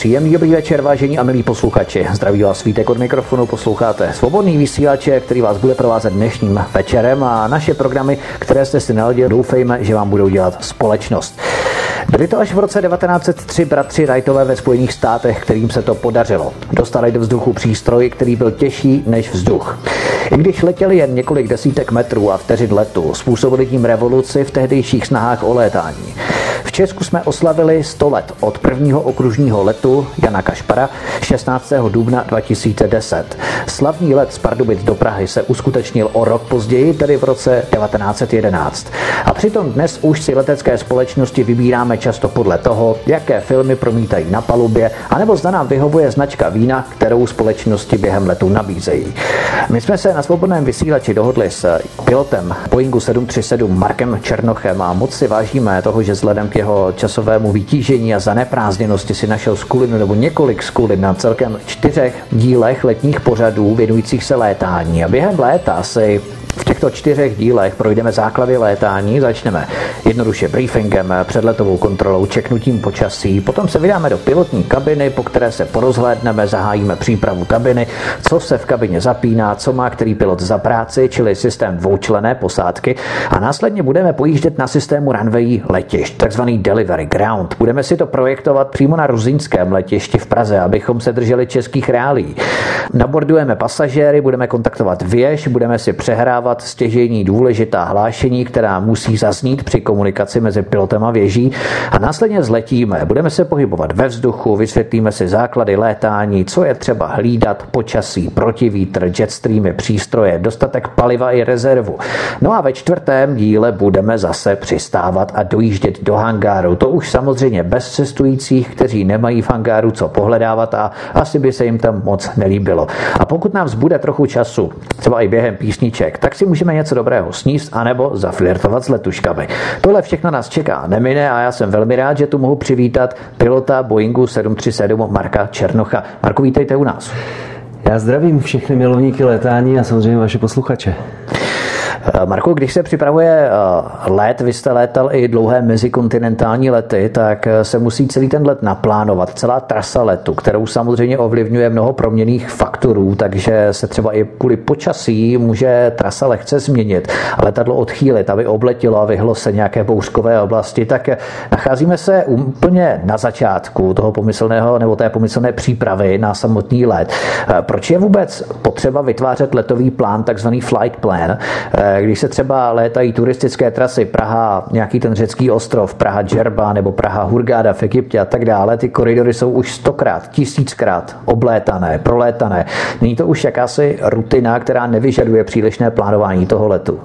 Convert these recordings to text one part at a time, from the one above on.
Příjemný dobrý večer, vážení a milí posluchači. Zdraví vás Vítek od mikrofonu, posloucháte Svobodný vysílač, který vás bude provázet dnešním večerem a naše programy, které jste si naladili, doufejme, že vám budou dělat společnost. Byli to až v roce 1903 bratři Wrightové ve Spojených státech, kterým se to podařilo. Dostali do vzduchu přístroj, který byl těžší než vzduch. I když letěli jen několik desítek metrů a vteřin letu, způsobili tím revoluci v tehdejších snahách o létání. V Česku jsme oslavili 100 let od prvního okružního letu Jana Kašpara 16. dubna 2010. Slavný let z Pardubic do Prahy se uskutečnil o rok později, tedy v roce 1911. A přitom dnes už si letecké společnosti vybíráme často podle toho, jaké filmy promítají na palubě, anebo zda nám vyhovuje značka vína, kterou společnosti během letu nabízejí. My jsme se na Svobodném vysílači dohodli s pilotem Boeingu 737 Markem Černochem a moc si vážíme toho, že vzhledem k jeho časovému vytížení a zaneprázdněnosti si našel skulinu nebo několik skulin na celkem 4 dílech letních pořadů věnujících se létání. A během léta si v těchto 4 dílech projdeme základy létání, začneme jednoduše briefingem, předletovou kontrolou, čeknutím počasí, potom se vydáme do pilotní kabiny, po které se porozhlédneme, zahájíme přípravu kabiny, co se v kabině zapíná, co má který pilot za práci, čili systém dvoučlenné posádky a následně budeme pojíždět na systému runway letišť, takzvaný delivery ground. Budeme si to projektovat přímo na ruzyňském letišti v Praze, abychom se drželi českých reálií. Nabordujeme pasažéry, budeme kontaktovat věž, budeme si přehrávat stěžejní důležitá hlášení, která musí zaznít při komunikaci mezi pilotem a věží a následně zletíme. Budeme se pohybovat ve vzduchu, vysvětlíme si základy létání, co je třeba hlídat, počasí, protivítr, jetstreamy, přístroje, dostatek paliva i rezervu. No a ve 4. díle budeme zase přistávat a dojíždět do hangáru. To už samozřejmě bez cestujících, kteří nemají v hangáru co pohledávat a asi by se jim tam moc nelíbilo. A pokud nám zbude trochu času, třeba i během písniček, tak si můžeme něco dobrého sníst anebo zaflirtovat s letuškami. Tohle všechno nás čeká nemine a já jsem velmi rád, že tu mohu přivítat pilota Boeingu 737 Marka Černocha. Marku, vítejte u nás. Já zdravím všechny milovníky létání a samozřejmě vaše posluchače. Marku, když se připravuje let, vy jste létal i dlouhé mezikontinentální lety, tak se musí celý ten let naplánovat, celá trasa letu, kterou samozřejmě ovlivňuje mnoho proměnných faktorů, takže se třeba i kvůli počasí může trasa lehce změnit a letadlo odchýlit, aby obletělo a vyhlo se nějaké bouřkové oblasti, tak nacházíme se úplně na začátku toho pomyslného nebo té pomyslné přípravy na samotný let. Proč je vůbec potřeba vytvářet letový plán, takzvaný flight plan, když se třeba létají turistické trasy Praha, nějaký ten řecký ostrov, Praha Džerba nebo Praha Hurgáda v Egyptě a tak dále, ty koridory jsou už 100krát, 1000krát oblétané, prolétané. Není to už jakási rutina, která nevyžaduje přílišné plánování toho letu?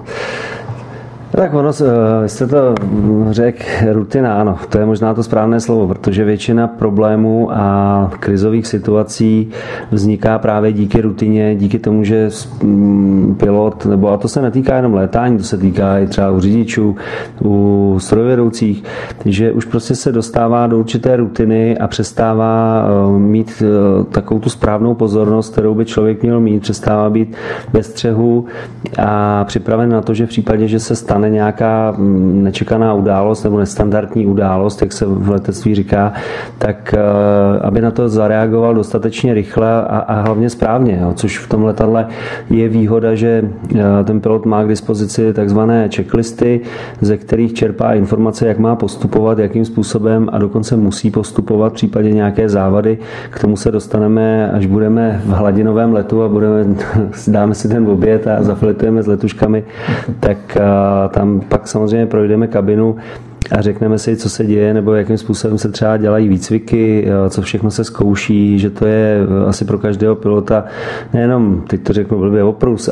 Tak ono, vy jste to řekl, rutina, ano, to je možná to správné slovo, protože většina problémů a krizových situací vzniká právě díky rutině, díky tomu, že pilot, nebo a to se netýká jenom létání, to se týká i třeba u řidičů, u strojvedoucích, takže už prostě se dostává do určité rutiny a přestává mít takovou tu správnou pozornost, kterou by člověk měl mít, přestává být ve střehu a připraven na to, že v případě, že se stane nějaká nečekaná událost nebo nestandardní událost, jak se v letectví říká, tak aby na to zareagoval dostatečně rychle a hlavně správně, jo. Což v tom letadle je výhoda, že ten pilot má k dispozici takzvané checklisty, ze kterých čerpá informace, jak má postupovat, jakým způsobem a dokonce musí postupovat v případě nějaké závady. K tomu se dostaneme, až budeme v hladinovém letu a dáme si ten oběd a zaflitujeme s letuškami, tak tam pak samozřejmě projdeme kabinu a řekneme si, co se děje, nebo jakým způsobem se třeba dělají výcviky, co všechno se zkouší, že to je asi pro každého pilota nejenom, teď to řeknu blbě, oprus,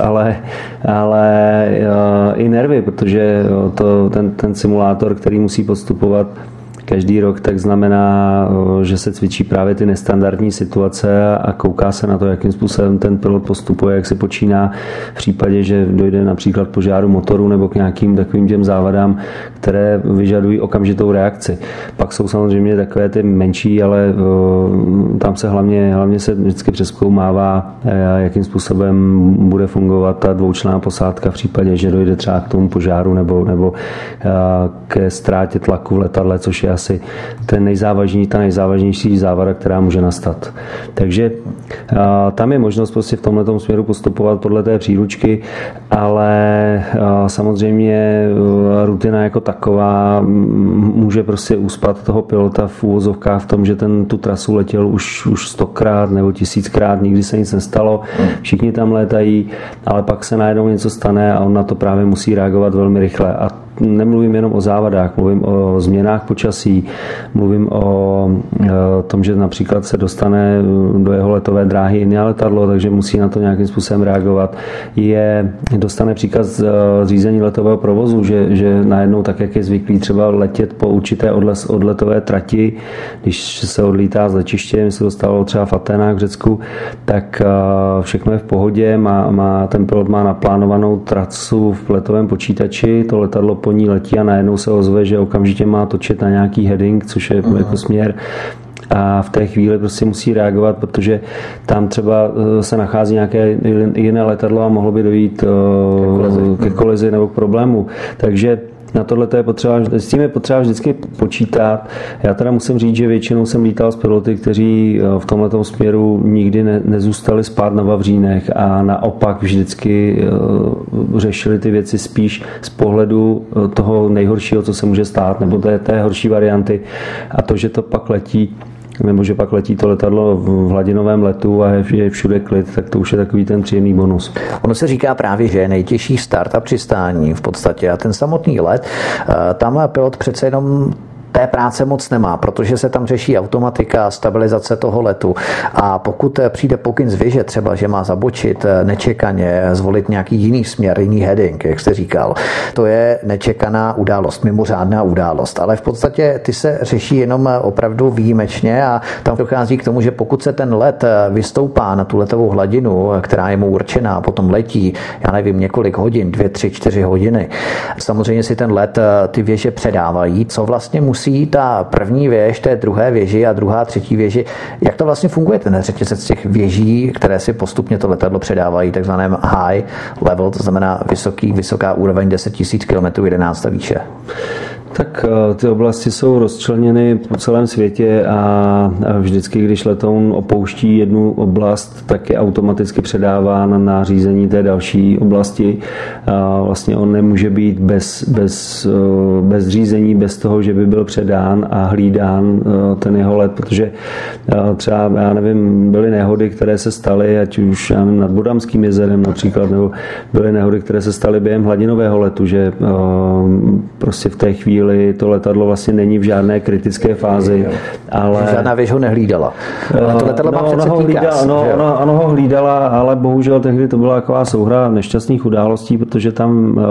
ale i nervy, protože ten simulátor, který musí postupovat každý rok, tak znamená, že se cvičí právě ty nestandardní situace a kouká se na to, jakým způsobem ten pilot postupuje, jak se počíná v případě, že dojde například k požáru motoru nebo k nějakým takovým těm závadám, které vyžadují okamžitou reakci. Pak jsou samozřejmě takové ty menší, ale tam se hlavně se vždycky přezkoumává, jakým způsobem bude fungovat ta dvoučlenná posádka v případě, že dojde třeba k tomu požáru nebo ke ztrátě tlaku v letadle, což je asi ta nejzávažnější závada, která může nastat. Takže tam je možnost prostě v tomhletom směru postupovat podle té příručky, ale samozřejmě rutina jako taková může prostě uspat toho pilota v úvozovkách v tom, že tu trasu letěl už 100krát nebo 1000krát, nikdy se nic nestalo, všichni tam létají, ale pak se najednou něco stane a on na to právě musí reagovat velmi rychle. A nemluvím jenom o závadách, mluvím o změnách počasí, mluvím o tom, že například se dostane do jeho letové dráhy jiné letadlo, takže musí na to nějakým způsobem reagovat. Dostane příkaz řízení letového provozu, že najednou tak, jak je zvyklý třeba letět po určité odletové trati, když se odlítá z letiště, mi se dostalo třeba v Aténách v Řecku, tak všechno je v pohodě, ten pilot má naplánovanou trasu v letovém počítači, to letadlo po ní letí a najednou se ozve, že okamžitě má točit na nějaký heading, což je jako směr. A v té chvíli prostě musí reagovat, protože tam třeba se nachází nějaké jiné letadlo a mohlo by dojít ke kolizi nebo k problému. Takže na tohle s tím je potřeba vždycky počítat. Já teda musím říct, že většinou jsem lítal s piloty, kteří v tomhletom směru nikdy nezůstali spát na vavřínech a naopak vždycky řešili ty věci spíš z pohledu toho nejhoršího, co se může stát, nebo té horší varianty. A to, že to pak letí, nebo že pak letí to letadlo v hladinovém letu a je všude klid, tak to už je takový ten příjemný bonus. Ono se říká právě, že je nejtěžší start a přistání v podstatě a ten samotný let, tam pilot přece jenom té práce moc nemá, protože se tam řeší automatika, stabilizace toho letu a pokud přijde pokyn z věže třeba, že má zabočit nečekaně, zvolit nějaký jiný směr, jiný heading, jak jste říkal, to je nečekaná událost, mimořádná událost, ale v podstatě ty se řeší jenom opravdu výjimečně a tam dochází k tomu, že pokud se ten let vystoupá na tu letovou hladinu, která je mu určená, a potom letí, já nevím, několik hodin, 2, 3, 4 hodiny, samozřejmě si ten let ty věže předávají, co vlastně musí ta první věž té druhé věži a druhá třetí věži. Jak to vlastně funguje ten řetězec těch věží, které si postupně to letadlo předávají takzvaném high level, to znamená vysoká úroveň 10 000 km 11 a výše? Tak ty oblasti jsou rozčleněny po celém světě a vždycky, když letoun opouští jednu oblast, tak je automaticky předáván na řízení té další oblasti. Vlastně on nemůže být bez řízení, bez toho, že by byl předán a hlídán ten jeho let, protože třeba, já nevím, byly nehody, které se staly, ať už nad Bodamským jezerem například, nebo byly nehody, které se staly během hladinového letu, že prostě v té chvíli to letadlo vlastně není v žádné kritické fázi. Ale žádná věž ho nehlídala. Ale to letadlo má přece příkaz. Ono ho hlídala, ale bohužel tehdy to byla taková souhra nešťastných událostí, protože tam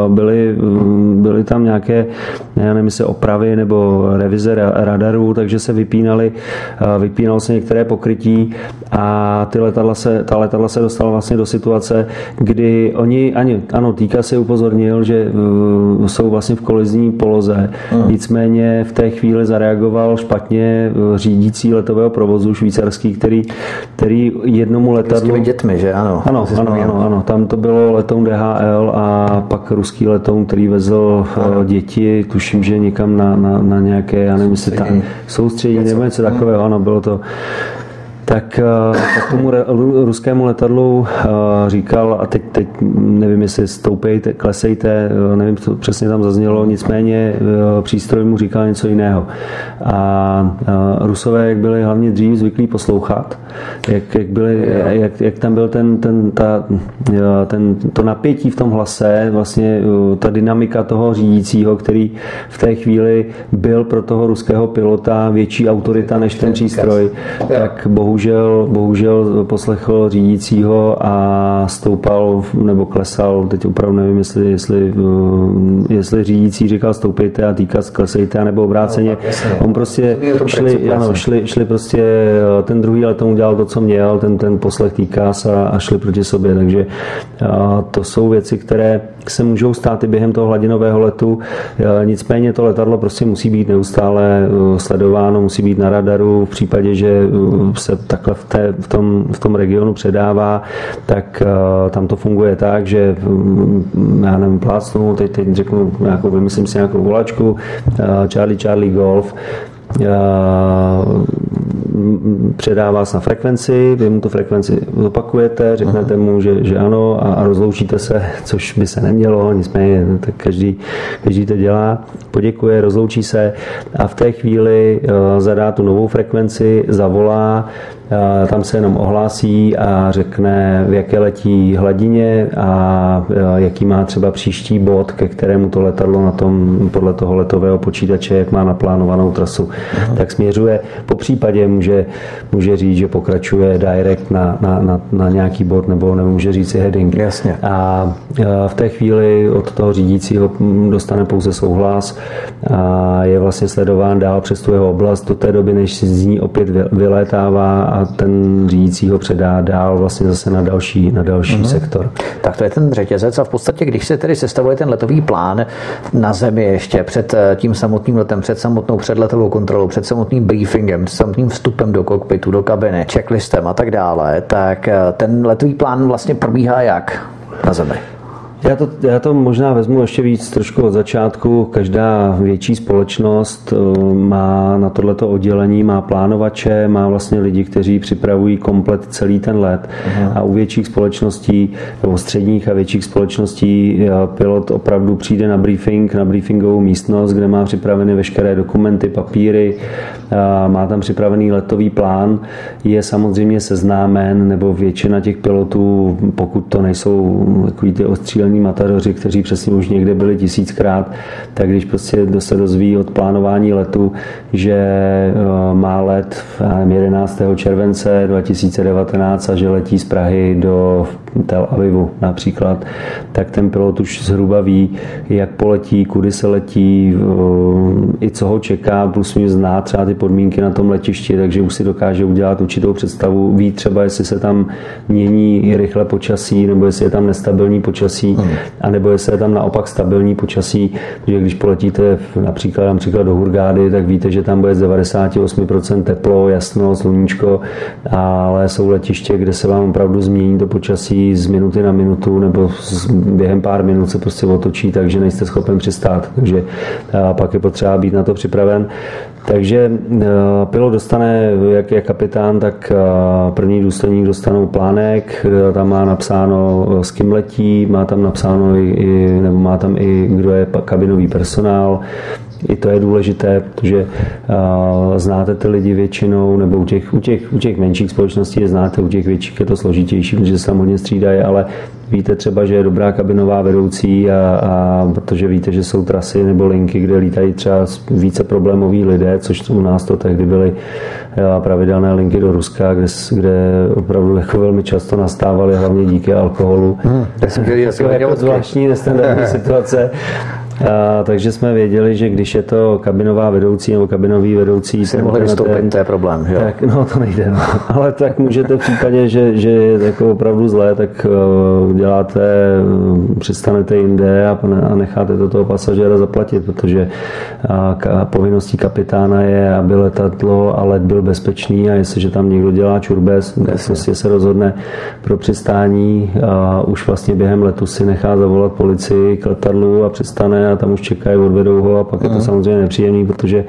byly tam nějaké, já nevím, opravy nebo revize radarů, takže se vypínalo se některé pokrytí a ta letadla se dostala vlastně do situace, kdy Týka se upozornil, že jsou vlastně v kolizní poloze. Nicméně v té chvíli zareagoval špatně řídící letového provozu švýcarský, který jednomu letadlu... S těmi dětmi, že ano? Ano. Tam to bylo letoun DHL a pak ruský letoun, který vezl děti, tuším, že někam na nějaké, já nevím, jestli tam soustředí nebo něco takového, ano, bylo to... Tak tomu ruskému letadlu říkal, a teď nevím, jestli stoupejte, klesejte, nevím, co přesně tam zaznělo, nicméně přístroj mu říkal něco jiného. A Rusové, jak byli hlavně dřív zvyklí poslouchat, jak tam byl to napětí v tom hlase, vlastně ta dynamika toho řídícího, který v té chvíli byl pro toho ruského pilota větší autorita než ten přístroj, tak bohužel poslechl řídícího a stoupal nebo klesal, teď opravdu nevím, jestli řídící říkal stoupejte a Týka klesejte, nebo obráceně. On prostě šli prostě, ten druhý letoun udělal to, co měl, ten poslech Týka a šli proti sobě, takže to jsou věci, které se můžou stát i během toho hladinového letu, nicméně to letadlo prostě musí být neustále sledováno, musí být na radaru, v případě, že se takhle v tom regionu předává, tak tam to funguje tak, že já nevím, plácnu, teď řeknu vymyslím si nějakou volačku, Charlie Golf, předá vás na frekvenci, vy mu tu frekvenci opakujete, řeknete mu, že ano a rozloučíte se, což by se nemělo, nicméně tak každý to dělá, poděkuje, rozloučí se a v té chvíli zadá tu novou frekvenci, zavolá, tam se jenom ohlásí a řekne, v jaké letí hladině a jaký má třeba příští bod, ke kterému to letadlo na tom, podle toho letového počítače, jak má naplánovanou trasu, tak směřuje. Po případě může říct, že pokračuje direct na nějaký bod, nebo může říct si heading. Jasně. A v té chvíli od toho řídícího dostane pouze souhlas a je vlastně sledován dál přes tu jeho oblast do té doby, než si z ní opět vylétává a ten řídící ho předá dál vlastně zase na další sektor. Tak to je ten řetězec a v podstatě, když se tedy sestavuje ten letový plán na zemi ještě před tím samotným letem, před samotnou předletovou kontrolou, před samotným briefingem, před samotným vstupem do kokpitu, do kabiny, checklistem a tak dále, tak ten letový plán vlastně probíhá jak na zemi? Já to možná vezmu ještě víc trošku od začátku. Každá větší společnost má na tohleto oddělení, má plánovače, má vlastně lidi, kteří připravují komplet celý ten let. A u větších společností, nebo středních a větších společností pilot opravdu přijde na briefing, na briefingovou místnost, kde má připraveny veškeré dokumenty, papíry, má tam připravený letový plán, je samozřejmě seznámen, nebo většina těch pilotů, pokud to nejsou takový ty ostřílení matadoři, kteří přesně už někde byli 1000krát, tak když prostě se dozví od plánování letu, že má let 11. července 2019 a že letí z Prahy do Tel Avivu například, tak ten pilot už zhruba ví, jak poletí, kudy se letí, i co ho čeká, plus mě zná třeba ty podmínky na tom letišti, takže už si dokáže udělat určitou představu, ví třeba, jestli se tam mění rychle počasí, nebo jestli je tam nestabilní počasí, anebo jestli je tam naopak stabilní počasí, protože když poletíte například do Hurgády, tak víte, že tam bude z 98% teplo, jasno, sluníčko, ale jsou letiště, kde se vám opravdu změní to počasí z minuty na minutu, nebo během pár minut se prostě otočí, takže nejste schopen přistát, takže pak je potřeba být na to připraven. Takže pilot dostane, jak je kapitán, tak první důstojník dostanou plánek, tam má napsáno, s kým letí, má tam napsáno nebo má tam i, kdo je kabinový personál. I to je důležité, protože znáte ty lidi většinou, nebo u těch menších společností je znáte, u těch větších je to složitější, protože se tam hodně střídají, ale víte třeba, že je dobrá kabinová vedoucí a protože víte, že jsou trasy nebo linky, kde lítají třeba více problémoví lidé, což u nás to tehdy byly pravidelné linky do Ruska, kde opravdu jako velmi často nastávaly, hlavně díky alkoholu. Jako zvláštní, nestandardní situace. Takže jsme věděli, že když je to kabinová vedoucí nebo kabinový vedoucí... Si mohli vystoupit, to je problém, že jo? Tak, no to nejde, no. Ale tak můžete v případě, že je jako opravdu zlé, tak děláte, přistanete jinde a necháte toho pasažéra zaplatit, protože povinností kapitána je, aby letadlo a let byl bezpečný a jestliže tam někdo dělá čurbes, prostě se rozhodne pro přistání a už vlastně během letu si nechá zavolat policii k letadlu a přistane a tam už čekají, odvedou ho a pak je to samozřejmě nepříjemný, protože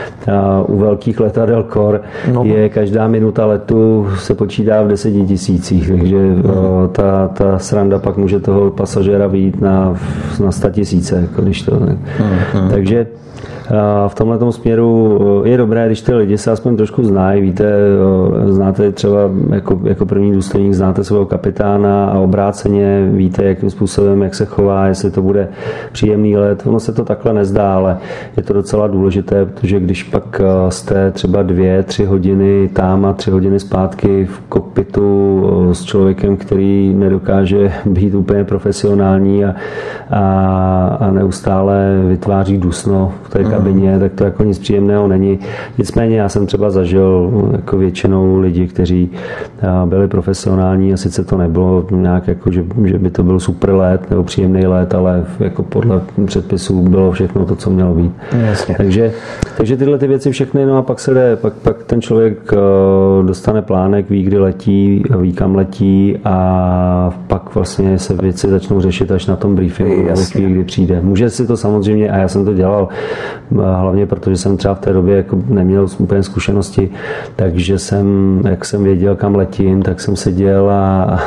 u velkých letadel core je každá minuta letu se počítá v 10 000, takže ta sranda pak může toho pasažéra vyjít na 100 000, jako když to... Takže v tomhletom směru je dobré, když ty lidi se aspoň trošku znají, víte, znáte třeba jako první důstojník, znáte svého kapitána a obráceně víte, jakým způsobem, jak se chová, jestli to bude příjemný let. Ono se to takhle nezdá, ale je to docela důležité, protože když pak jste třeba 2-3 hodiny tam a 3 hodiny zpátky v kokpitu s člověkem, který nedokáže být úplně profesionální a neustále vytváří dusno v té kabině, tak to jako nic příjemného není. Nicméně já jsem třeba zažil jako většinou lidi, kteří byli profesionální a sice to nebylo nějak jako, že by to byl super let nebo příjemný let, ale jako podle předpisů bylo všechno to, co mělo být. Jasně. Takže Takže tyhle ty věci všechny, no a pak se jde, pak ten člověk dostane plánek, ví, kdy letí, ví, kam letí a pak vlastně se věci začnou řešit až na tom briefingu, ve chvíli, kdy přijde. Může si to samozřejmě, a já jsem to dělal, hlavně protože jsem třeba v té době jako neměl úplně zkušenosti, takže jak jsem věděl, kam letím, tak jsem seděl a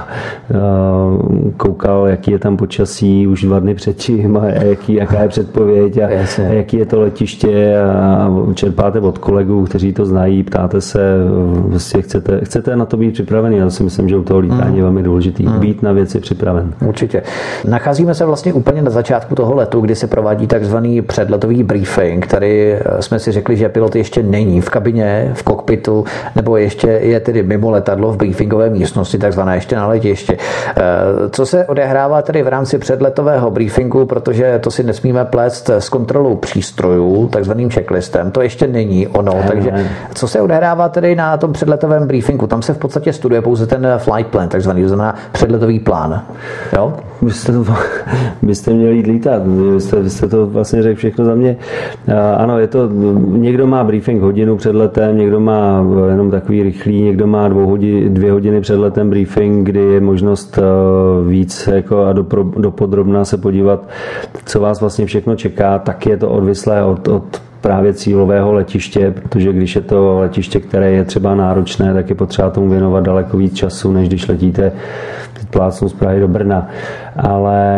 koukal, jaký je tam počasí už 2 dny předtím a jaká je předpověď a jaký je to letiště a čerpáte od kolegů, kteří to znají, ptáte se, vlastně chcete na to být připravený. Já si myslím, že u toho lítání je velmi důležitý být na věci připraven. Určitě. Nacházíme se vlastně úplně na začátku toho letu, kdy se provádí takzvaný předletový briefing. Tady jsme si řekli, že pilot ještě není v kabině, v kokpitu, nebo ještě je tedy mimo letadlo v briefingové místnosti, takzvané ještě na letišti. Co se odehrává tedy v rámci předletového briefingu, protože to si nesmíme plést s kontrolou přístrojů, takzvaným checklistem, to ještě není ono. Takže co se odehrává tedy na tom předletovém briefingu? Tam se v podstatě studuje pouze ten flight plan, takzvaný, to znamená předletový plán. Jo? Byste měli jít lítat. Vy jste to vlastně řekl všechno za mě. Ano, je to, někdo má briefing hodinu před letem, někdo má jenom takový rychlý, někdo má 2 hodiny před letem briefing, kdy je možnost víc jako a dopodrobna se podívat, co vás vlastně všechno čeká. Tak je to odvislé od právě cílového letiště, protože když je to letiště, které je třeba náročné, tak je potřeba tomu věnovat daleko víc času, než když letíte plácnu z Prahy do Brna. Ale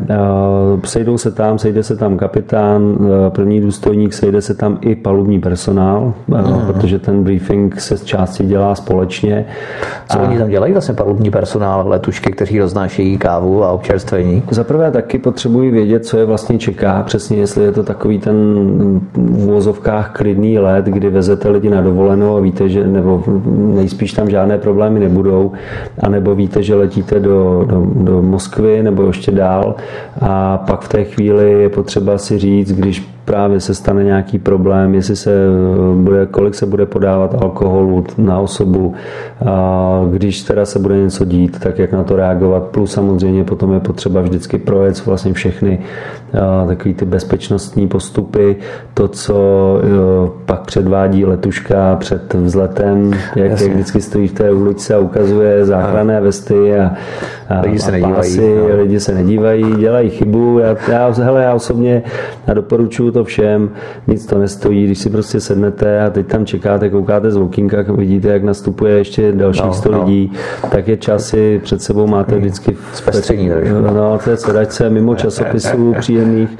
sejde se tam kapitán, první důstojník, sejde se tam i palubní personál, protože ten briefing se z části dělá společně. Co oni tam dělají vlastně palubní personál, letušky, kteří roznášejí kávu a občerstvení? Zaprvé taky potřebují vědět, co je vlastně čeká, přesně jestli je to takový ten v uvozovkách klidný let, kdy vezete lidi na dovolenou a víte, že nebo nejspíš tam žádné problémy nebudou, anebo víte, že letíte do Moskvy nebo ještě dál a pak v té chvíli je potřeba si říct, když právě se stane nějaký problém, kolik se bude podávat alkoholu na osobu, když teda se bude něco dít, tak jak na to reagovat, plus samozřejmě potom je potřeba vždycky projet vlastně všechny takový ty bezpečnostní postupy, to, co pak předvádí letuška před vzletem, jak vždycky stojí v té uličce a ukazuje záchranné vesty a lidi se nedívají, dělají chybu. Já osobně doporučuji to všem, nic to nestojí, když si prostě sednete a teď tam čekáte, koukáte z okýnka, vidíte, jak nastupuje ještě dalších 100 lidí, tak je čas si před sebou máte vždycky zpestření. V té sedačce mimo časopisů příjemných,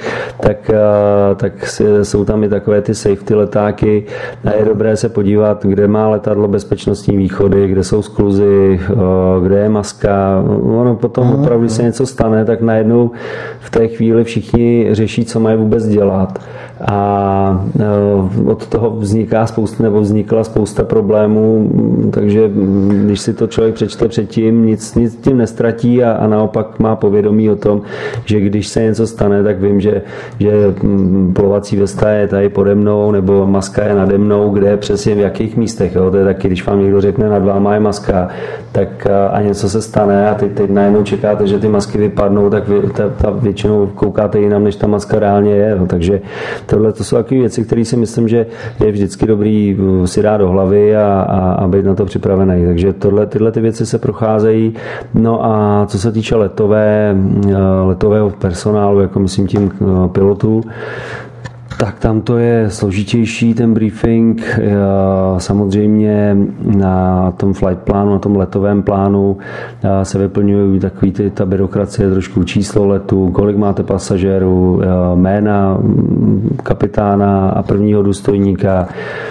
tak jsou tam i takové ty safety letáky a je dobré se podívat, kde má letadlo bezpečnostní východy, kde jsou skluzy, kde je maska. Ono potom opravdu, když se něco stane, tak najednou v té chvíli všichni řeší, co mají vůbec dělat. A od toho vznikla spousta problémů, takže když si to člověk přečte předtím, nic tím nestratí a naopak má povědomí o tom, že když se něco stane, tak vím, že plovací vesta je tady pode mnou nebo maska je nade mnou, kde přesně v jakých místech. Jo? To je taky, když vám někdo řekne nad váma je maska, tak a něco se stane a teď najednou čekáte, že ty masky vypadnou, tak většinou koukáte jinam, než ta maska reálně je. Jo? Takže tohle to jsou takové věci, které si myslím, že je vždycky dobrý si dát do hlavy a být na to připravený. Takže tyhle ty věci se procházejí. No a co se týče letového personálu, jako myslím tím pilotů, tak tam to je složitější, ten briefing. Samozřejmě na tom flight plánu, na tom letovém plánu se vyplňují ta byrokracie, trošku číslo letu, kolik máte pasažérů, jména kapitána a prvního důstojníka,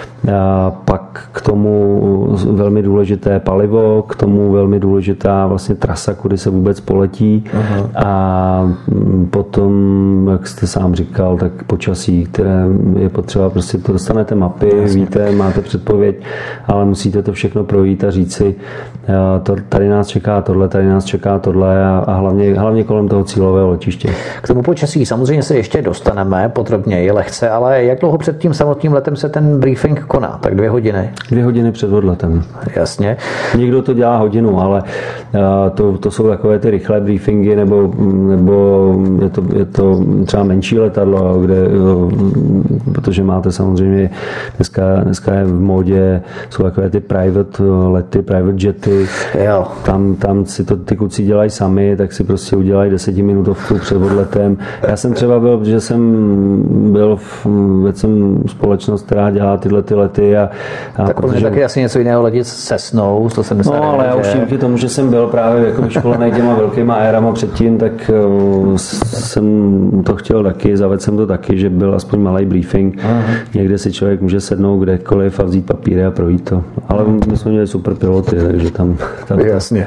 pak k tomu velmi důležité palivo, k tomu velmi důležitá vlastně trasa, kudy se vůbec poletí. Aha. A potom, jak jste sám říkal, tak počasí, které je potřeba, prostě to dostanete mapy, víte, máte předpověď, ale musíte to všechno projít a říct si, tady nás čeká tohle a hlavně kolem toho cílového letiště. K tomu počasí samozřejmě se ještě dostaneme podrobněji, lehce, ale jak dlouho před tím samotným letem se ten briefing koná? Tak 2 hodiny? 2 hodiny před odletem. Jasně. Někdo to dělá hodinu, ale to jsou takové ty rychlé briefingy, nebo je to třeba menší letadlo, protože máte samozřejmě, dneska je v módě, jsou takové ty private lety, private jety. Jo. Tam si to ty kluci dělají sami, tak si prostě udělají 10minutovku před odletem. Já jsem třeba byl, protože jsem byl jsem společnost, která dělá tyhle ty lety. Tak protože... taky asi něco jiného letět se snou, to jsem No, ale já už díky tomu, že jsem byl právě jako vyškolený těma velkýma érama předtím, tak jsem to chtěl taky, zavedl jsem to taky, že byl aspoň malý briefing. Někde si člověk může sednout kdekoliv a vzít papíry a projít to. Ale my jsme měli super piloty, takže tam jasně.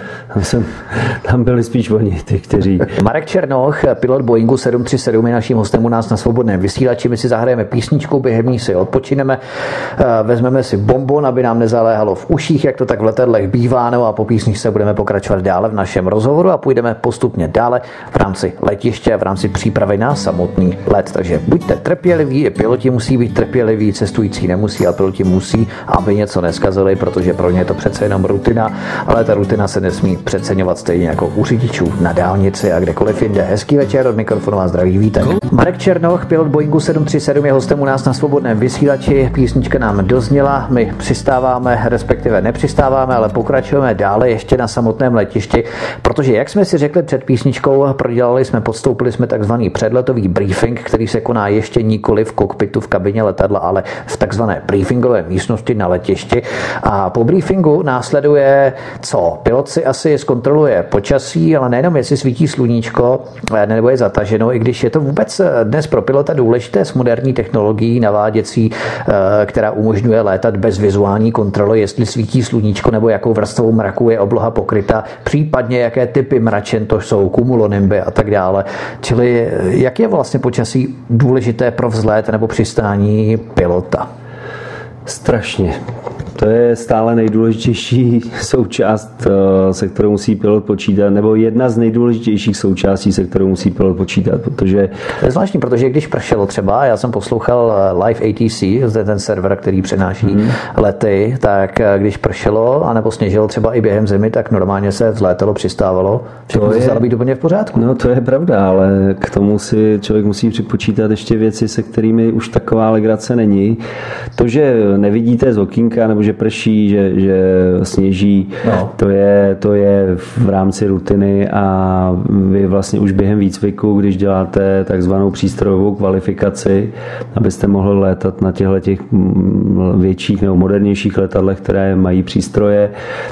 Tam byli spíš oni, ty, kteří... Marek Černoch, pilot Boeingu 737, je naším hostem u nás na Svobodném vysílači. My si zahrajeme písničku, během ní si odpočineme, vezmeme si bonbon, aby nám nezaléhalo v uších, jak to tak v letadlech bývá, no a po písničce budeme pokračovat dále v našem rozhovoru a půjdeme postupně dále v rámci letiště a v rámci přípravy na samotný let. Takže buďte trpěliví, i piloti musí být trpěliví, cestující nemusí, ale piloti musí, aby něco neskazili, protože pro ně je to přece jenom rutina, ale ta rutina se nesmí přeceňovat stejně jako u řidičů na dálnici a kdekoliv jinde. Hezký večer, od mikrofonu vás zdraví Vítek. Marek Černoch, pilot Boeingu 737, je hostem u nás na Svobodném vysílači. Písnička nám dozněla, my přistáváme, respektive nepřistáváme, ale pokračujeme dále ještě na samotném letišti, protože jak jsme si řekli před písničkou, podstoupili jsme takzvaný předletový briefing, který se koná ještě nikoli v kokpitu v kabině letadla, ale v takzvané briefingové místnosti na letišti. A po briefingu následuje co? Pilot si asi zkontroluje počasí, ale nejenom jestli svítí sluníčko nebo je zataženo, i když je to vůbec dnes pro pilota důležité s moderní technologií naváděcí, která umožňuje létat bez vizuální kontroly, jestli svítí sluníčko nebo jakou vrstvou mraku je obloha pokryta, případně jaké typy mračen to jsou, kumulonimby a tak dále. Čili jak je vlastně počasí důležité pro vzlet nebo přistání pilota? Strašně. To je stále nejdůležitější součást, se kterou musí pilot počítat, nebo jedna z nejdůležitějších součástí, se kterou musí pilot počítat, protože... To je zvláštní, protože když pršelo třeba, já jsem poslouchal Live ATC, to je ten server, který přenáší lety, tak když pršelo, anebo sněžilo třeba i během zimy, tak normálně se vzlétalo, přistávalo. Všechno se zdalo být úplně v pořádku. No to je pravda, ale k tomu si člověk musí připočítat ještě věci, se kterými už taková legrace není. To, že nevidíte z okýnka, nebo že prší, že sněží, no. to je v rámci rutiny a vy vlastně už během výcviku, když děláte takzvanou přístrojovou kvalifikaci, abyste mohli létat na těch větších nebo modernějších letadlech, které mají přístroje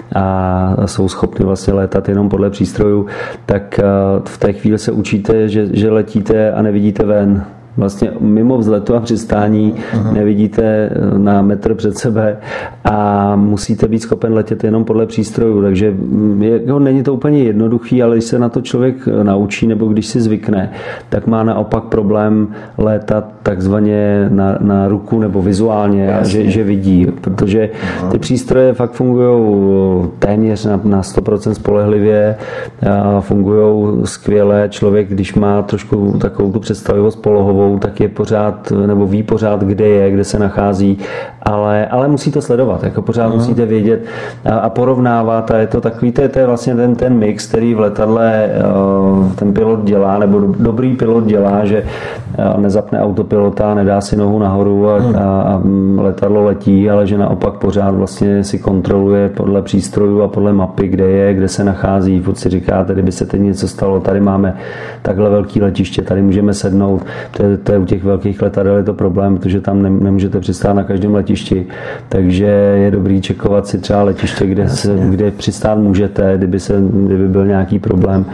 a jsou schopny vlastně létat jenom podle přístrojů, tak v té chvíli se učíte, že letíte a nevidíte ven. Vlastně mimo vzletu a přistání nevidíte na metr před sebe a musíte být schopen letět jenom podle přístrojů, takže není to úplně jednoduchý, ale když se na to člověk naučí nebo když si zvykne, tak má naopak problém létat takzvaně na ruku nebo vizuálně, že vidí, protože ty přístroje fakt fungují téměř na 100% spolehlivě, fungují skvěle, člověk, když má trošku takovou tu představivost polohovou, tak je pořád, nebo ví pořád, kde se nachází, ale musí to sledovat, jako pořád musíte vědět a porovnávat a je to takový, to je vlastně ten mix, který v letadle ten pilot dělá, nebo dobrý pilot dělá, že nezapne autopilota, nedá si nohu nahoru a letadlo letí, ale že naopak pořád vlastně si kontroluje podle přístrojů a podle mapy, kde se nachází. Furt si říkáte, kdyby se teď něco stalo, tady máme takhle velký letiště, tady můžeme sednout. To je u těch velkých letadel je to problém, protože tam nemůžete přistát na každém letišti, takže je dobrý čekovat si třeba letiště, kde přistát můžete, kdyby byl nějaký problém.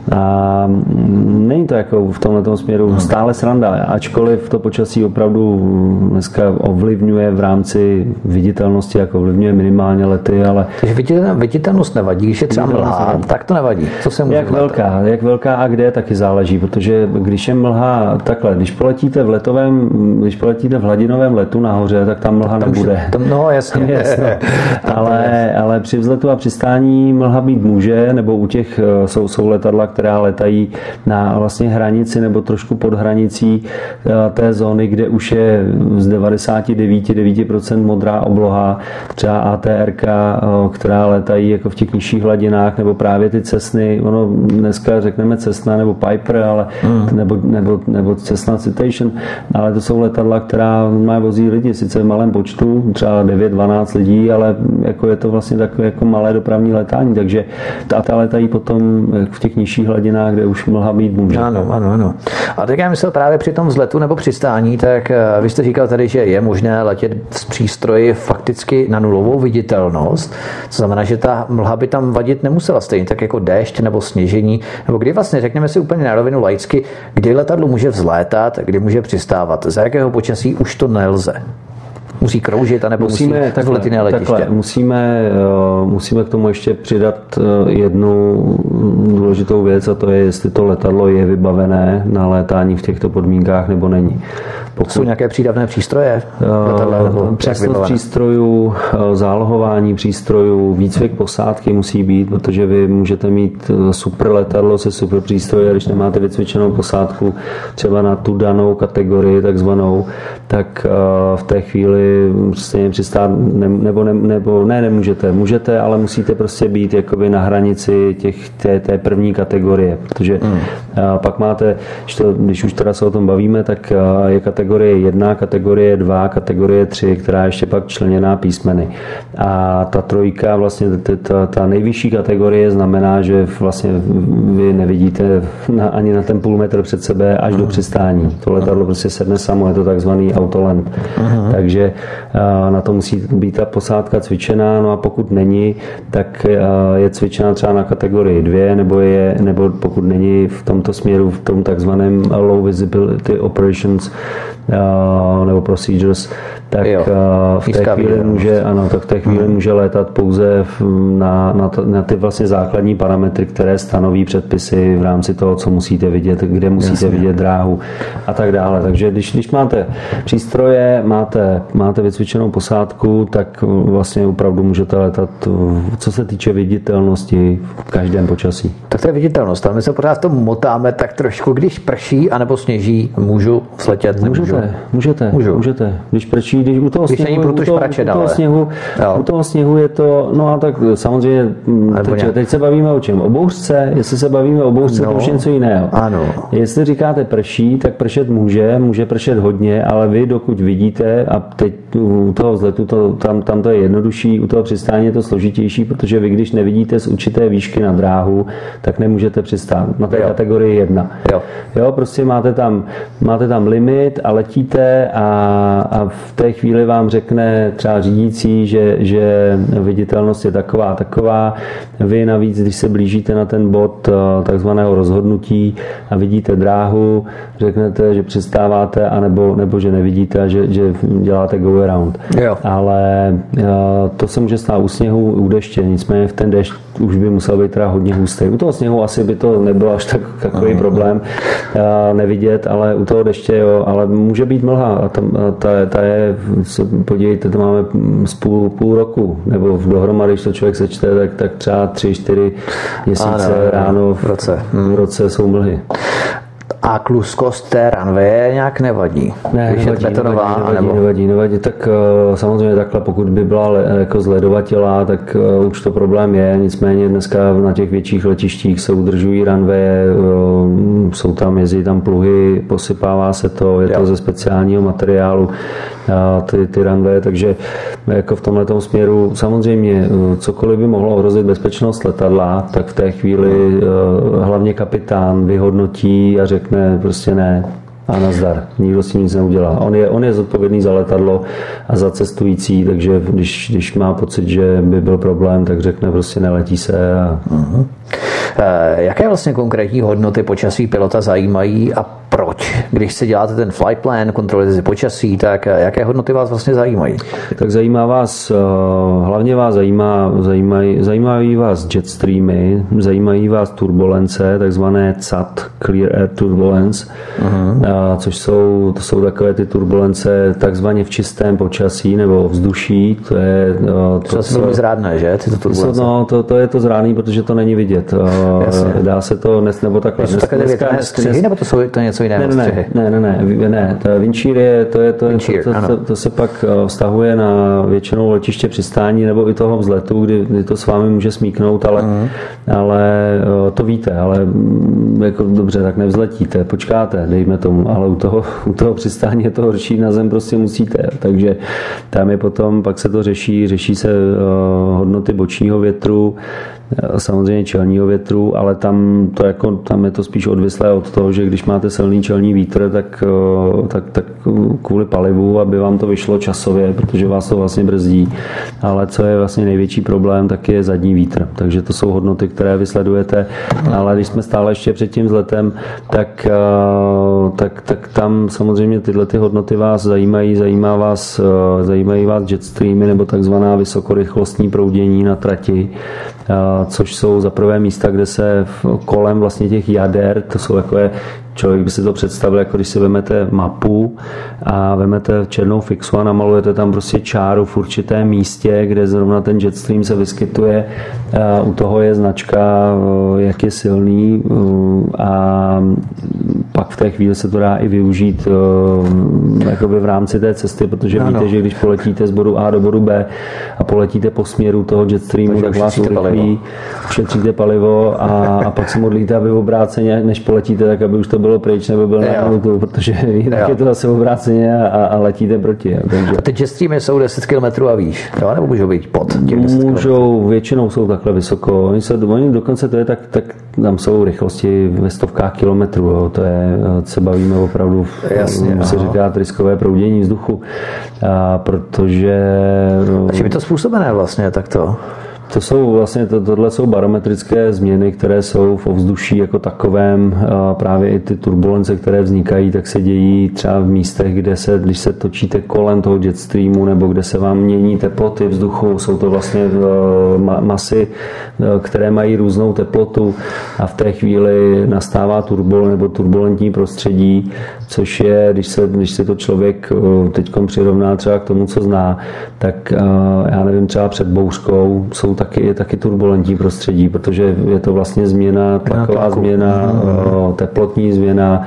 A není to jako v tomto směru stále sranda, ačkoliv to počasí opravdu dneska ovlivňuje v rámci viditelnosti, jako ovlivňuje minimálně lety, ale... Takže viditelnost nevadí, když je třeba mlha, tak to nevadí. Co se může jak velká a kde taky záleží, protože když je mlha takhle, když poletíte v hladinovém letu nahoře, tak tam mlha nebude. No jasně. ale při vzletu a přistání mlha být může, nebo u těch jsou letadla, která letají na vlastně hranici nebo trošku pod hranicí té zóny, kde už je z 99% modrá obloha, třeba ATR, která letají jako v těch nižších hladinách, nebo právě ty Cessny, ono dneska řekneme Cessna nebo Piper, ale, nebo Cessna Citation, ale to jsou letadla, která má vozí lidi, sice v malém počtu, třeba 9-12 lidí, ale jako je to vlastně takové jako malé dopravní letání, takže ta letají potom v těch nižších hladinách, kde už mlha být může. Ano. A tak já myslel právě při tom vzletu nebo přistání, tak vy jste říkal tady, že je možné letět z přístroji fakticky na nulovou viditelnost, co znamená, že ta mlha by tam vadit nemusela stejně, tak jako déšť nebo sněžení, nebo kdy vlastně, řekněme si úplně na rovinu laicky, kdy letadlo může vzlétat, kdy může přistávat, za jakého počasí už to nelze. Musí kroužit, anebo musí vletět na letiště. Takhle, musíme k tomu ještě přidat jednu důležitou věc, a to je, jestli to letadlo je vybavené na létání v těchto podmínkách nebo není. Jsou nějaké přídavné přístroje? Přesnost přístrojů, zálohování přístrojů, výcvik posádky musí být, protože vy můžete mít super letadlo se super přístroje, když nemáte vycvičenou posádku třeba na tu danou kategorii takzvanou, tak v té chvíli stejně přistát nemůžete. Můžete, ale musíte prostě být jakoby na hranici té první kategorie, protože pak máte, když už teda se o tom bavíme, tak je kategorie 1, kategorie 2, kategorie 3, která je ještě pak členěná písmeny. A ta trojka, vlastně ta nejvyšší kategorie znamená, že vlastně vy nevidíte ani na ten půl metr před sebe až do přistání. To letadlo prostě sedne samo, je to takzvaný autoland. Takže na to musí být ta posádka cvičená, no a pokud není, tak je cvičená třeba na kategorii 2, nebo pokud není v tomto směru, v tom takzvaném low visibility operations nebo procedures, tak v té chvíli může létat pouze na ty vlastně základní parametry, které stanoví předpisy v rámci toho, co musíte vidět, kde musíte vidět dráhu a tak dále. Takže když máte přístroje, máte vycvičenou posádku, tak vlastně opravdu můžete letat, co se týče viditelnosti v každém počasí. Tak to je viditelnost, ale my se pořád v tom motáme tak trošku, když prší anebo sněží, můžu vzletět? Můžete. Když prší, když u toho sněhu je to, no a tak samozřejmě, teď se bavíme o čem? O bouřce, jestli se bavíme o bouřce, to už něco jiného. Ano. Jestli říkáte prší, tak pršet může pršet hodně, ale vy dokud vidíte, a teď u toho vzletu tam to je jednodušší, u toho přistání je to složitější, protože vy když nevidíte z určité výšky na dráhu, tak nemůžete přistát na té kategorii 1. Jo, prostě máte tam limit a letíte a v té chvíli vám řekne třeba řídící, že viditelnost je taková. Vy navíc, když se blížíte na ten bod takzvaného rozhodnutí a vidíte dráhu, řeknete, že přistáváte, nebo že nevidíte a že děláte go around. Ale to se může stát u sněhu, u deště, nicméně v ten déšť už by musel být teda hodně hustý. U toho sněhu asi by to nebylo až takový problém nevidět, ale u toho deště jo, ale může být mlha a ta je, podívejte, to máme z půl roku, nebo dohromady, když to člověk sečte, tak třeba 3-4 měsíce ráno v roce jsou mlhy. A kluskost té ranveje nějak nevadí? Nevadí. Tak samozřejmě takhle, pokud by byla jako z ledova těla, tak už to problém je. Nicméně dneska na těch větších letištích se udržují ranveje, jsou tam, jezdí tam pluhy, posypává se to, je to ze speciálního materiálu, ty ranveje, takže jako v tomhletom směru samozřejmě cokoliv by mohlo ohrozit bezpečnost letadla, tak v té chvíli hlavně kapitán vyhodnotí a řekne prostě ne a nazdar. Nikdo s tím nic neudělá. On je zodpovědný za letadlo a za cestující, takže když má pocit, že by byl problém, tak řekne prostě neletí se. Jaké vlastně konkrétní hodnoty počasí pilota zajímají a Proč? Když si děláte ten flight plan, kontrolujete si počasí, tak jaké hodnoty vás vlastně zajímají? Tak zajímá vás, hlavně vás zajímají vás jetstreamy, zajímají vás turbulence, takzvané CAT, Clear Air Turbulence, což jsou takové ty turbulence takzvaně v čistém počasí nebo vzduší. To je velmi zrádné, že? Tyto turbulence. No, to je to zrádný, protože to není vidět. Dá se to nebo takhle. Jsou takové větrné střihy, nebo to něco jiného? Ne. Windshear to se pak vztahuje na většinou letiště přistání nebo i toho vzletu, kdy to s vámi může smíknout, ale to víte, ale jako dobře, tak nevzletíte, počkáte, dejme tomu, ale u toho přistání je to horší, na zem prostě musíte, takže tam je potom, pak se to řeší se hodnoty bočního větru, samozřejmě čelního větru, ale tam je to spíš odvislé od toho, že když máte silný čelní vítr, tak kvůli palivu, aby vám to vyšlo časově, protože vás to vlastně brzdí. Ale co je vlastně největší problém, tak je zadní vítr. Takže to jsou hodnoty, které vy sledujete. Ale když jsme stále ještě před tím vzletem, tak tam samozřejmě tyhle ty hodnoty vás zajímají vás jetstreamy nebo takzvaná vysokorychlostní proudění na trati, což jsou za prvé místa, kde se kolem vlastně těch jader, to jsou takové, člověk by si to představil, jako když si vezmete mapu a vezmete černou fixu a namalujete tam prostě čáru v určitém místě, kde zrovna ten jetstream se vyskytuje. U toho je značka, jak je silný, a pak v té chvíli se to dá i využít jakoby v rámci té cesty, protože víte, že když poletíte z bodu A do bodu B a poletíte po směru toho jetstreamu, tak vás urychlí, ušetříte palivo a pak se modlíte, aby obráceně, než poletíte, tak aby už to bylo pryč, nebo byl na minutu, protože jinak je to zase obráceně a letíte proti. Takže. A ty jetstreamy jsou 10 km a výš, nebo můžou být pod těch 10 km? Můžou, většinou jsou takhle vysoko. Oni dokonce to je tak tam jsou rychlosti ve stovkách kilometrů. Jo. To je, se bavíme opravdu, se říká riskové proudění vzduchu, protože... A čím je to způsobené vlastně takto? To jsou vlastně, tohle jsou barometrické změny, které jsou v ovzduší jako takovém. Právě i ty turbulence, které vznikají, tak se dějí třeba v místech, když se točíte kolem toho jetstreamu, nebo kde se vám mění teploty vzduchu. Jsou to vlastně masy, které mají různou teplotu a v té chvíli nastává turbulentní prostředí, což je, když se to člověk teďkom přirovná třeba k tomu, co zná, tak já nevím, třeba před bouřkou jsou taky turbulentní prostředí, protože je to vlastně změna, tlaková změna, teplotní změna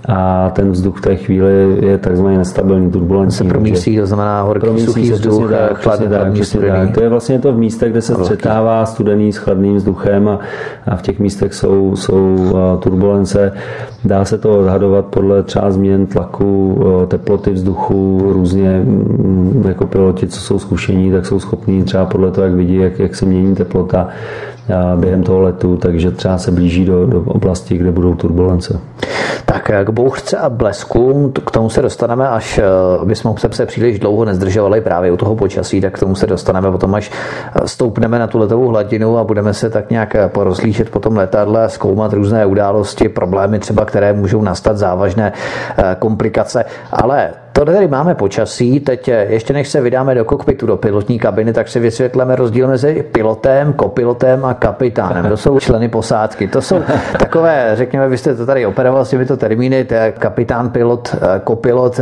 a ten vzduch v té chvíli je takzvaně nestabilní, turbulentní. Se promísí, to znamená horký, suchý vzduch, chladný, studený. To je vlastně to v místech, kde se střetává studený s chladným vzduchem a v těch místech jsou turbulence. Dá se to odhadovat podle třeba změn tlaku, teploty vzduchu, různě jako piloti, co jsou zkušení, tak jsou schopní třeba podle toho, jak vidí, jak se mění teplota během toho letu, takže třeba se blíží do oblasti, kde budou turbulence. Tak k bouřce a blesku, k tomu se dostaneme, až bychom se příliš dlouho nezdržovali právě u toho počasí, tak k tomu se dostaneme potom, až stoupneme na tu letovou hladinu a budeme se tak nějak porozlížet po tom letadle, zkoumat různé události, problémy třeba, které můžou nastat, závažné komplikace, ale to tady máme počasí, teď ještě než se vydáme do kokpitu, do pilotní kabiny, tak si vysvětlíme rozdíl mezi pilotem, kopilotem a kapitánem. To jsou členy posádky. To jsou takové, řekněme, vy jste to tady operoval s těmito termíny, to je kapitán, pilot, kopilot,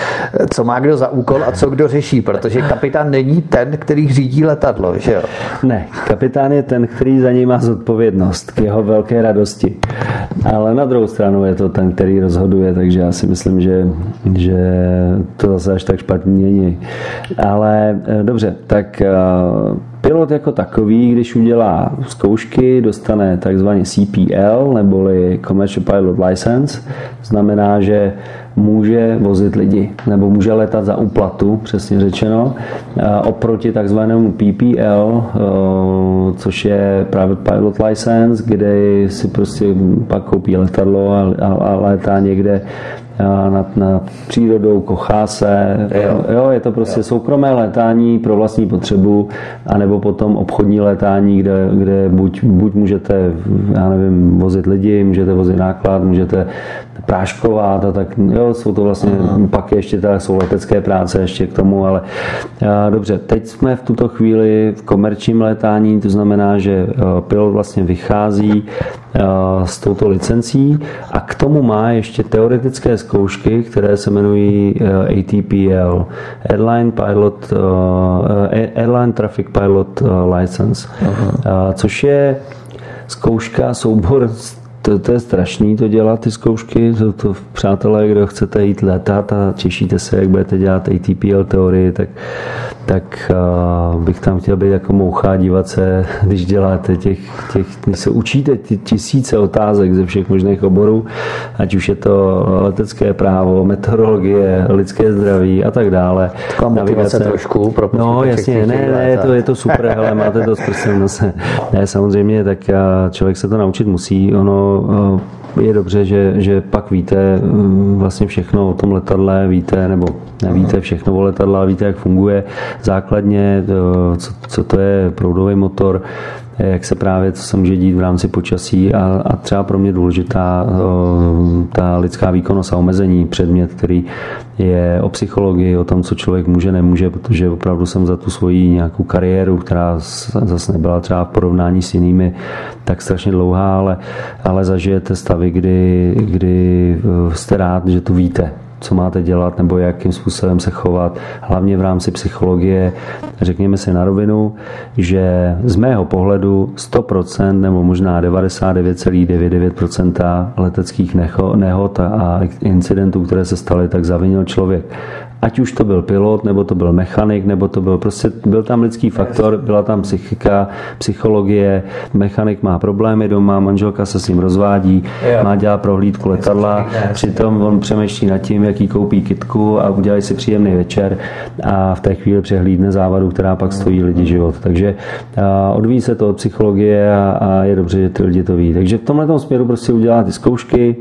co má kdo za úkol a co kdo řeší, protože kapitán není ten, který řídí letadlo, že jo? Ne, kapitán je ten, který za něj má zodpovědnost k jeho velké radosti. Ale na druhou stranu je to ten, který rozhoduje, takže já si myslím, že to zase až tak špatný není. Ale dobře, tak pilot jako takový, když udělá zkoušky, dostane takzvaný CPL, neboli Commercial Pilot License, znamená, že může vozit lidi, nebo může letat za úplatu, přesně řečeno, oproti takzvanému PPL, což je Private Pilot License, kde si prostě pak koupí letadlo a létá někde nad přírodou, kochá se. Jo, je to prostě soukromé létání pro vlastní potřebu, anebo potom obchodní létání, kde buď můžete, já nevím, vozit lidi, můžete vozit náklad, můžete práškovat a tak, jo, jsou to vlastně, pak ještě jsou letecké práce ještě k tomu, ale dobře, teď jsme v tuto chvíli v komerčním létání, to znamená, že pilot vlastně vychází s touto licencí a k tomu má ještě teoretické zkoušky, které se jmenují ATPL, Airline Traffic Pilot License, což je zkouška, soubor. To je strašný to dělat, ty zkoušky. Jsou to, přátelé, kdo chcete jít letat a těšíte se, jak budete dělat ATPL teorii, tak bych tam chtěl být jako moucha a dívat se, když děláte když se učíte tisíce otázek ze všech možných oborů, ať už je to letecké právo, meteorologie, lidské zdraví a tak dále. Taková motivace trošku pro no jasně, je to super, hele, máte to s prstem v nose. Ne, samozřejmě, tak člověk se to naučit musí, ono je dobře, že pak víte vlastně všechno o tom letadle, víte, nebo nevíte všechno o letadle, ale víte, jak funguje základně, co to je proudový motor, jak se právě, co se může dít v rámci počasí a třeba pro mě důležitá ta lidská výkonnost a omezení, předmět, který je o psychologii, o tom, co člověk může, nemůže, protože opravdu jsem za tu svoji nějakou kariéru, která zase nebyla třeba v porovnání s jinými tak strašně dlouhá, ale zažijete stavy, kdy jste rád, že to víte, co máte dělat nebo jakým způsobem se chovat, hlavně v rámci psychologie. Řekněme si na rovinu, že z mého pohledu 100% nebo možná 99,99% leteckých nehod a incidentů, které se staly, tak zavinil člověk. Ať už to byl pilot, nebo to byl mechanik, nebo to byl tam lidský faktor, byla tam psychika, psychologie, mechanik má problémy doma, manželka se s ním rozvádí, má dělat prohlídku letadla, přitom on přemýšlí nad tím, jaký koupí kytku a udělají si příjemný večer a v té chvíli přehlídne závadu, která pak stojí lidi život. Takže odvíjí se to od psychologie a je dobře, že ty lidi to ví. Takže v tomhle směru prostě udělá ty zkoušky,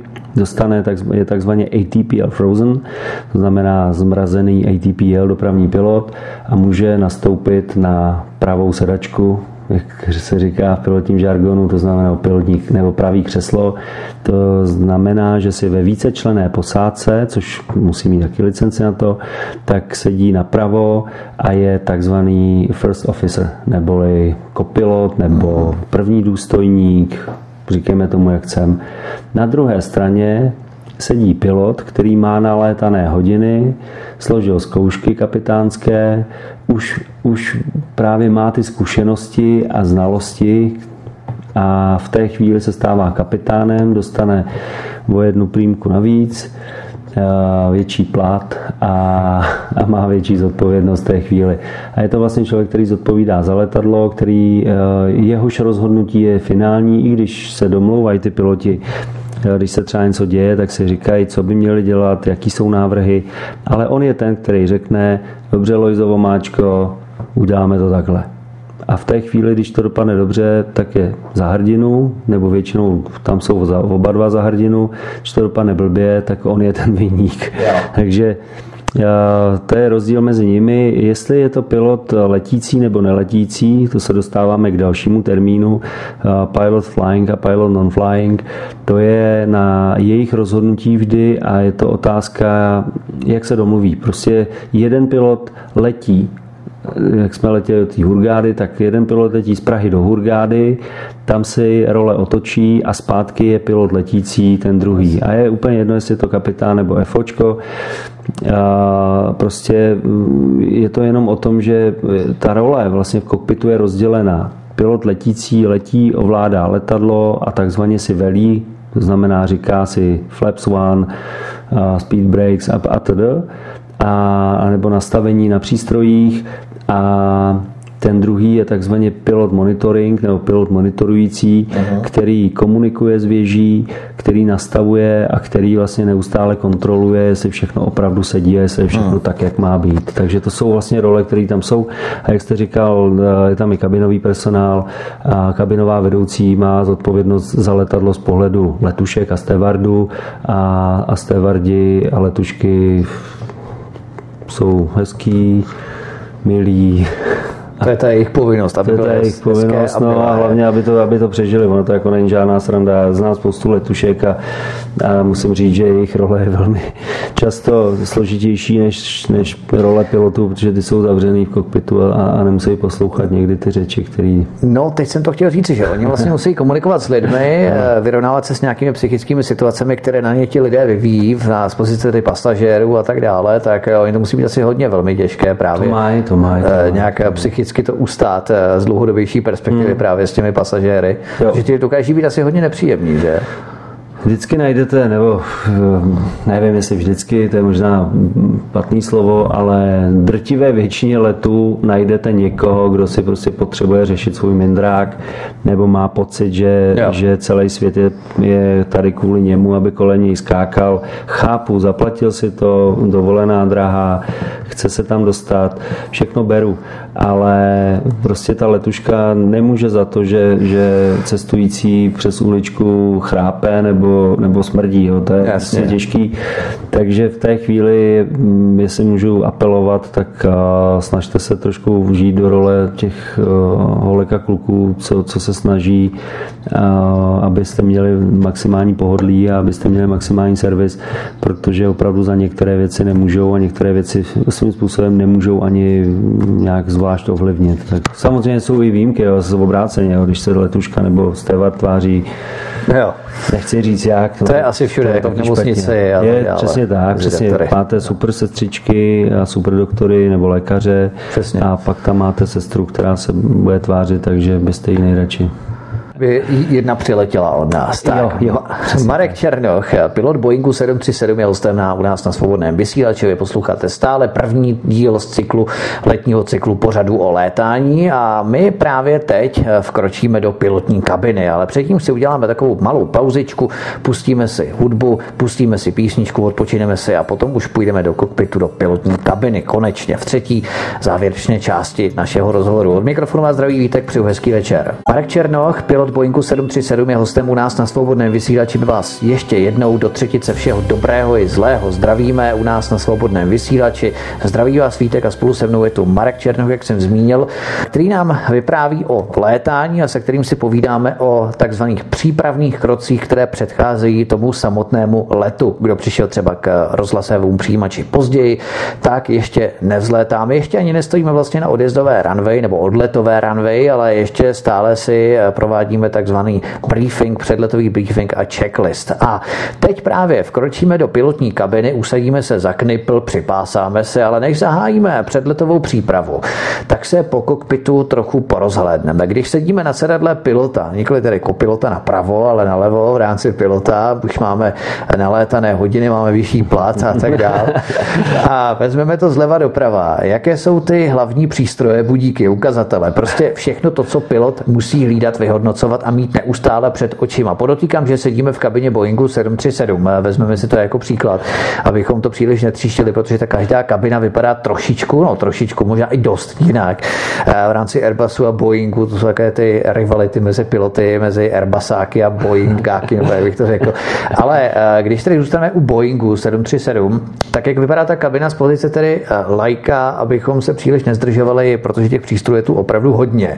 je takzvaně ATPL Frozen, to znamená zmrazený ATPL dopravní pilot a může nastoupit na pravou sedačku, jak se říká v pilotním žargonu, to znamená pilotník nebo pravý křeslo. To znamená, že si ve vícečlenné posádce, což musí mít taky licenci na to, tak sedí napravo a je takzvaný first officer, neboli kopilot nebo první důstojník, říkáme tomu, jak chcem. Na druhé straně sedí pilot, který má nalétané hodiny, složil zkoušky kapitánské, už právě má ty zkušenosti a znalosti a v té chvíli se stává kapitánem, dostane o 1 prýmku navíc, větší plat a má větší zodpovědnost v té chvíli. A je to vlastně člověk, který zodpovídá za letadlo, který jehož rozhodnutí je finální, i když se domlouvají ty piloti, když se třeba něco děje, tak si říkají, co by měli dělat, jaký jsou návrhy, ale on je ten, který řekne, dobře, Lojzo Máčko, uděláme to takhle. A v té chvíli, když to dopadne dobře, tak je za hrdinu, nebo většinou tam jsou oba dva za hrdinu. Když to dopadne blbě, tak on je ten viník. Takže to je rozdíl mezi nimi. Jestli je to pilot letící nebo neletící, to se dostáváme k dalšímu termínu. Pilot flying a pilot non-flying. To je na jejich rozhodnutí vždy a je to otázka, jak se domluví. Prostě jeden pilot letí, jak jsme letěli do té Hurgády, tak jeden pilot letí z Prahy do Hurgády, tam si role otočí a zpátky je pilot letící ten druhý. A je úplně jedno, jestli je to kapitán nebo FOčko. Prostě je to jenom o tom, že ta role vlastně v kokpitu je rozdělená. Pilot letící letí, ovládá letadlo a takzvaně si velí, to znamená říká si flaps one, speed brakes a td. A nebo nastavení na přístrojích a Ten druhý je takzvaně pilot monitoring nebo pilot monitorující, který komunikuje s věží, který nastavuje a který vlastně neustále kontroluje, jestli všechno opravdu sedí a jestli je všechno tak, jak má být. Takže to jsou vlastně role, které tam jsou. A jak jste říkal, je tam i kabinový personál. A kabinová vedoucí má zodpovědnost za letadlo z pohledu letušek a stevardů a stevardi a letušky jsou hezký, milí. To je ta jejich povinnost, aby to je jejich povinnost, no a hlavně, aby to přežili. Ono to jako není žádná sranda. Já znám spoustu letušek a musím říct, že jejich role je velmi často složitější než role pilotů, protože ty jsou zavřený v kokpitu a nemusí poslouchat někdy ty řeči, který... No, teď jsem to chtěl říct, že oni vlastně musí komunikovat s lidmi, vyrovnávat se s nějakými psychickými situacemi, které na ně ti lidé vyvíjí z pozice pasažérů a tak dále, tak oni to musí být asi hodně velmi těžké právě. To mají. Nějak psychicky to ustát z dlouhodobější perspektivy právě s těmi pasažéry. Že ti dokáží být asi hodně nepříjemný, že? Vždycky najdete, nebo nevím, jestli vždycky, to je možná platný slovo, ale drtivé většině letů najdete někoho, kdo si prostě potřebuje řešit svůj mindrák, nebo má pocit, že celý svět je tady kvůli němu, aby kolem něj skákal. Chápu, zaplatil si to, dovolená drahá, chce se tam dostat, všechno beru, ale prostě ta letuška nemůže za to, že cestující přes uličku chrápe nebo smrdí. Jo. To je vlastně těžký. Takže v té chvíli, jestli můžu apelovat, tak snažte se trošku vžít do role těch holek a kluků, co se snaží, abyste měli maximální pohodlí a abyste měli maximální servis, protože opravdu za některé věci nemůžou a některé věci svým způsobem nemůžou ani nějak zvlášť ovlivnit. Tak samozřejmě jsou i výjimky, obráceně, když se letuška nebo stevard tváří. Jo. Nechci říct jak. To je asi všude, jako v nemocnici. Je přesně tak. Přesně. Máte super sestřičky a super doktory nebo lékaře. Přesně. A pak tam máte sestru, která se bude tvářit, takže byste jí nejradši. Jedna přiletěla od nás. Tak. Jo, Marek Černoch, pilot Boeingu 737, je hostem u nás na Svobodném vysílači. Vy posloucháte stále první díl z letního cyklu pořadu o létání a my právě teď vkročíme do pilotní kabiny, ale předtím si uděláme takovou malou pauzičku, pustíme si hudbu, pustíme si písničku, odpočineme si a potom už půjdeme do kokpitu, do pilotní kabiny, konečně v třetí závěrečné části našeho rozhovoru. Od mikrofonu vás zdraví Vítek, přeju hezký večer. Marek Černoch, pilot Boeingu 737, je hostem u nás na Svobodném vysílači. My vás ještě jednou do třetice všeho dobrého i zlého zdravíme u nás na Svobodném vysílači. Zdraví vás Vítek a spolu se mnou je tu Marek Černoch, jak jsem zmínil, který nám vypráví o létání a se kterým si povídáme o takzvaných přípravných krocích, které předcházejí tomu samotnému letu. Kdo přišel třeba k rozhlasovému přijímači později, tak ještě nevzlétáme. Ještě ani nestojíme vlastně na odjezdové runway nebo odletové runway, ale ještě stále si provádíme takzvaný briefing, předletový briefing a checklist. A teď právě vkročíme do pilotní kabiny, usadíme se za knipl, připásáme se, ale než zahájíme předletovou přípravu, tak se po kokpitu trochu porozhlédneme. Když sedíme na sedadle pilota, nikoli tedy kopilota napravo, ale nalevo v rámci pilota, už máme nalétané hodiny, máme vyšší plat a tak dále. A vezmeme to zleva doprava. Jaké jsou ty hlavní přístroje, budíky, ukazatele? Prostě všechno to, co pilot musí hlídat, vyhodnocovat a mít neustále před očima. Podotýkám, že sedíme v kabině Boeingu 737. Vezmeme si to jako příklad, abychom to příliš netříštili, protože ta každá kabina vypadá trošičku, možná i dost jinak. V rámci Airbusu a Boeingu to jsou také ty rivality mezi piloty, mezi Airbusáky a Boeingáky, nebo jak bych to řekl. Ale když tedy zůstaneme u Boeingu 737, tak jak vypadá ta kabina z pozice tedy laika, abychom se příliš nezdržovali, protože těch přístrojů je tu opravdu hodně.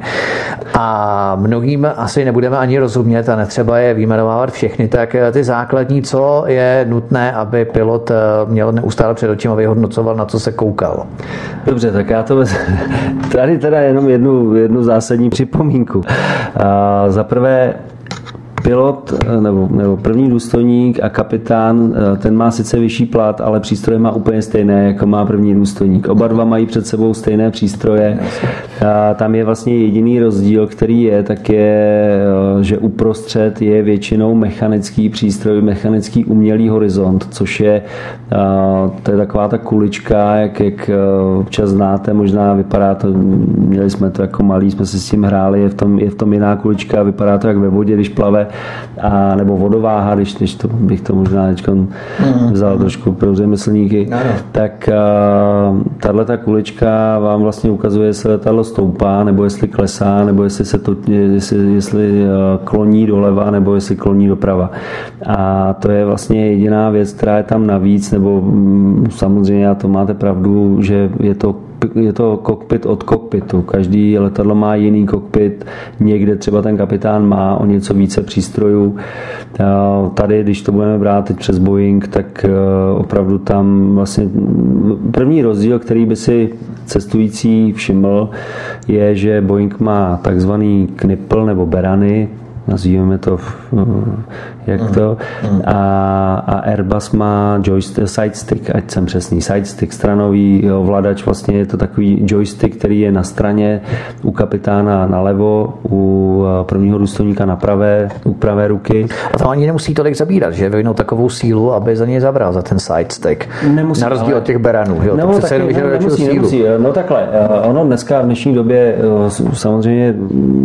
A mnohým asi nebudeme ani rozumět a netřeba je vyjmenovávat všechny, tak ty základní, co je nutné, aby pilot měl neustále před očima, vyhodnocoval, na co se koukal. Dobře, tak já to tady teda jenom jednu zásadní připomínku. Za prvé, pilot nebo první důstojník a kapitán, ten má sice vyšší plat, ale přístroje má úplně stejné, jako má první důstojník. Oba dva mají před sebou stejné přístroje. A tam je vlastně jediný rozdíl, který je, tak je, že uprostřed je většinou mechanický přístroj, mechanický umělý horizont, což je, to je taková ta kulička, jak občas znáte, možná vypadá to, měli jsme to jako malí, jsme si s tím hráli, je v tom jiná kulička, vypadá to jak ve vodě, když plave, nebo vodováha, když to, bych to možná vzal trošku pro řemeslníky, tak tato kulička vám vlastně ukazuje, jestli letadlo stoupá, nebo jestli klesá, nebo jestli kloní doleva, nebo jestli kloní doprava. A to je vlastně jediná věc, která je tam navíc, nebo samozřejmě, a to máte pravdu, že je to kokpit od kokpitu. Každý letadlo má jiný kokpit, někde třeba ten kapitán má o něco více přístrojů. Tady, když to budeme brát teď přes Boeing, tak opravdu tam vlastně první rozdíl, který by si cestující všiml, je, že Boeing má takzvaný knipl nebo berany, nazýváme to a Airbus má side stick, ať jsem přesný, side stick, stranový ovladač, vlastně je to takový joystick, který je na straně, u kapitána nalevo, u prvního důstojníka u pravé ruky. A tam ani nemusí tolik zabírat, že vyvinou takovou sílu, aby za něj zabral, za ten side stick. Nemusí, na rozdíl od těch beranů. Jo, to přece nemusí. No takhle, ono dneska v dnešní době samozřejmě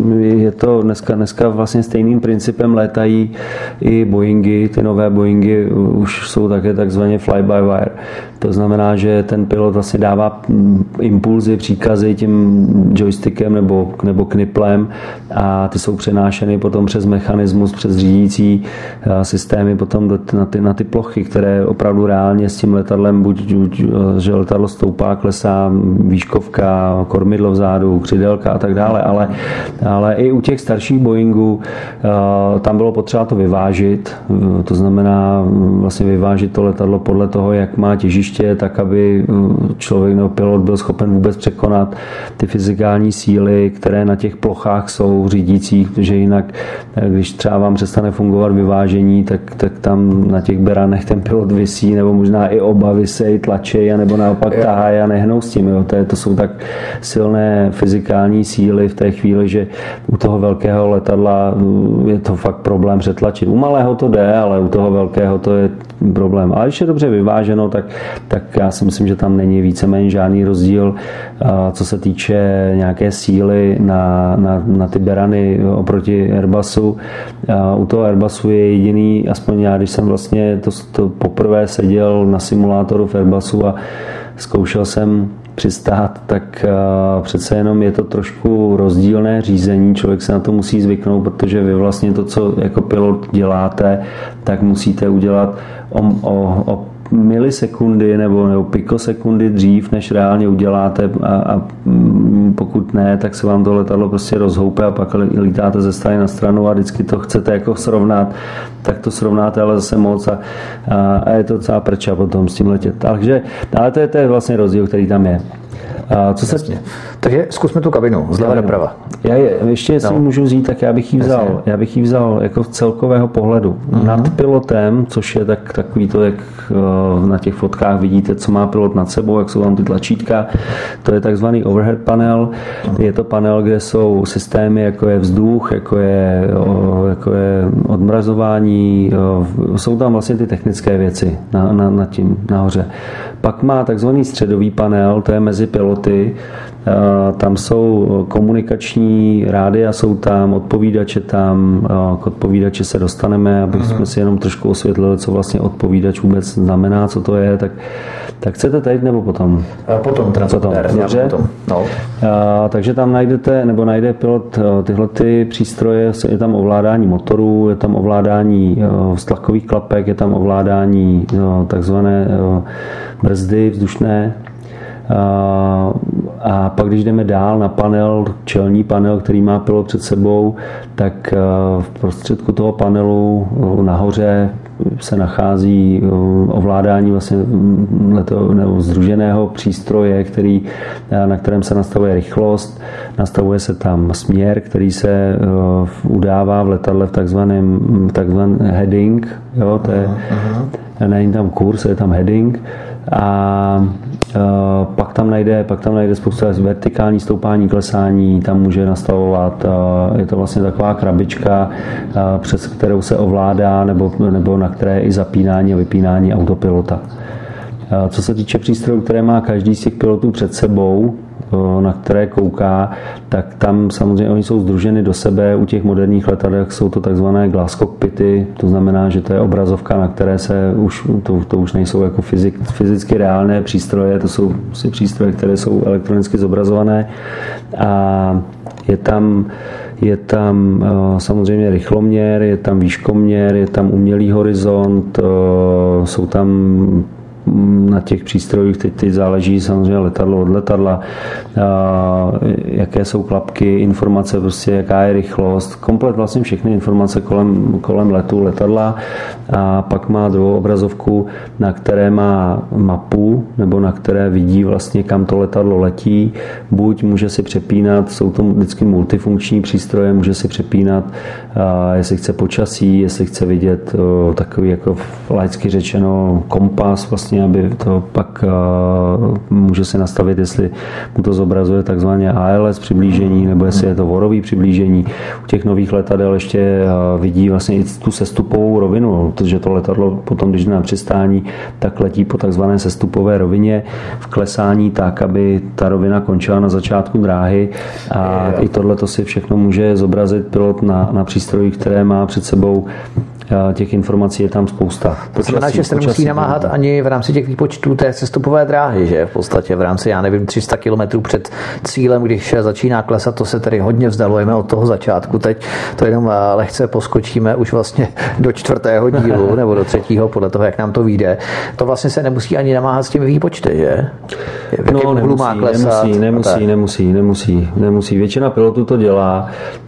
je to dneska vlastně stejným principem létají i Boeingy, ty nové Boeingy už jsou také takzvaně fly-by-wire. To znamená, že ten pilot vlastně dává impulzy, příkazy tím joystickem nebo kniplem a ty jsou přenášeny potom přes mechanismus, přes řídící systémy potom na ty plochy, které opravdu reálně s tím letadlem, buď že letadlo stoupá, klesá, výškovka, kormidlo vzadu, křidelka a tak dále, ale i u těch starších Boeingů tam bylo potřeba to vyvážit, to znamená vlastně vyvážit to letadlo podle toho, jak má těžiště, tak aby člověk nebo pilot byl schopen vůbec překonat ty fyzikální síly, které na těch plochách jsou řídících, protože jinak, když třeba vám přestane fungovat vyvážení, tak tam na těch beranech ten pilot visí, nebo možná i oba visejí, tlačejí, nebo naopak tahají a nehnou s tím. Jo. To jsou tak silné fyzikální síly v té chvíli, že u toho velkého letadla je to fakt problém přetlačit. U malého to jde, ale u toho velkého to je problém. Ale když je dobře vyváženo, tak já si myslím, že tam není víceméně žádný rozdíl, co se týče nějaké síly na ty berany oproti Airbusu. U toho Airbusu je jediný, aspoň já, když jsem vlastně to poprvé seděl na simulátoru v Airbusu a zkoušel jsem přistát, tak přece jenom je to trošku rozdílné řízení. Člověk se na to musí zvyknout, protože vy vlastně to, co jako pilot děláte, tak musíte udělat o milisekundy nebo pikosekundy dřív, než reálně uděláte a pokud ne, tak se vám to letadlo prostě rozhoupe a pak lítáte ze strany na stranu a vždycky to chcete jako srovnat, tak to srovnáte ale zase moc a je to docela prča potom s tím letět. Ale to je vlastně rozdíl, který tam je. Takže zkusme tu kabinu, zleva doprava. Ještě jestli můžu říct, tak já bych ji vzal jako celkového pohledu. Nad pilotem, což je takový to, jak na těch fotkách vidíte, co má pilot nad sebou, jak jsou tam ty tlačítka. To je takzvaný overhead panel. Je to panel, kde jsou systémy, jako je vzduch, jako je odmrazování. Jsou tam vlastně ty technické věci nad tím nahoře. Pak má takzvaný středový panel, to je mezi piloty. Tam jsou komunikační rádia, jsou tam odpovídače tam, k odpovídači se dostaneme, aby jsme si jenom trošku osvětlili, co vlastně odpovídač vůbec znamená, co to je, tak chcete teď nebo potom? Potom. Dobře. No. Takže tam najde pilot tyhle ty přístroje, je tam ovládání motorů, je tam ovládání tlakových klapek, je tam ovládání takzvané brzdy vzdušné, A pak, když jdeme dál na panel, čelní panel, který má pilot před sebou, tak v prostředku toho panelu nahoře se nachází ovládání vlastně nebo sdruženého přístroje, na kterém se nastavuje rychlost, nastavuje se tam směr, který se udává v letadle v takzvaném heading, jo, to je, není tam kurz, je tam heading, a pak tam najde spoustu vertikální stoupání, klesání, tam může nastavovat, je to vlastně taková krabička, přes kterou se ovládá nebo na které je i zapínání a vypínání autopilota. Co se týče přístrojů, které má každý z těch pilotů před sebou, na které kouká, tak tam samozřejmě oni jsou sdruženy do sebe. U těch moderních letadel jsou to takzvané glass cockpity, to znamená, že to je obrazovka, na které se to už nejsou jako fyzicky reálné přístroje, to jsou si přístroje, které jsou elektronicky zobrazované, a je tam samozřejmě rychloměr, je tam výškoměr, je tam umělý horizont, jsou tam na těch přístrojích, teď záleží samozřejmě letadlo od letadla, jaké jsou klapky, informace, prostě jaká je rychlost, komplet vlastně všechny informace kolem letu letadla, a pak má druhou obrazovku, na které má mapu, nebo na které vidí vlastně, kam to letadlo letí. Buď může si přepínat, jsou to vždycky multifunkční přístroje, může si přepínat, jestli chce počasí, jestli chce vidět takový, jako laicky řečeno, kompas, vlastně, aby to pak může si nastavit, jestli mu to zobrazuje takzvané ALS přiblížení, nebo jestli je to vorový přiblížení. U těch nových letadel ještě vidí vlastně i tu sestupovou rovinu, protože to letadlo potom, když jde na přistání, tak letí po takzvané sestupové rovině v klesání tak, aby ta rovina končila na začátku dráhy, a i tohleto si všechno může zobrazit pilot na přístroji, které má před sebou. Těch informací je tam spousta. To znamená, že se nemusí namáhat ani v rámci těch výpočtů té sestupové dráhy, že v podstatě v rámci, 300 km před cílem, když začíná klesat, to se tedy hodně vzdalujeme od toho začátku. Teď to jenom lehce poskočíme už vlastně do 4. dílu nebo do 3. podle toho, jak nám to vyjde. To vlastně se nemusí ani namáhat s těmi výpočty, že? No, nemusí. Většina pilotů to dělá,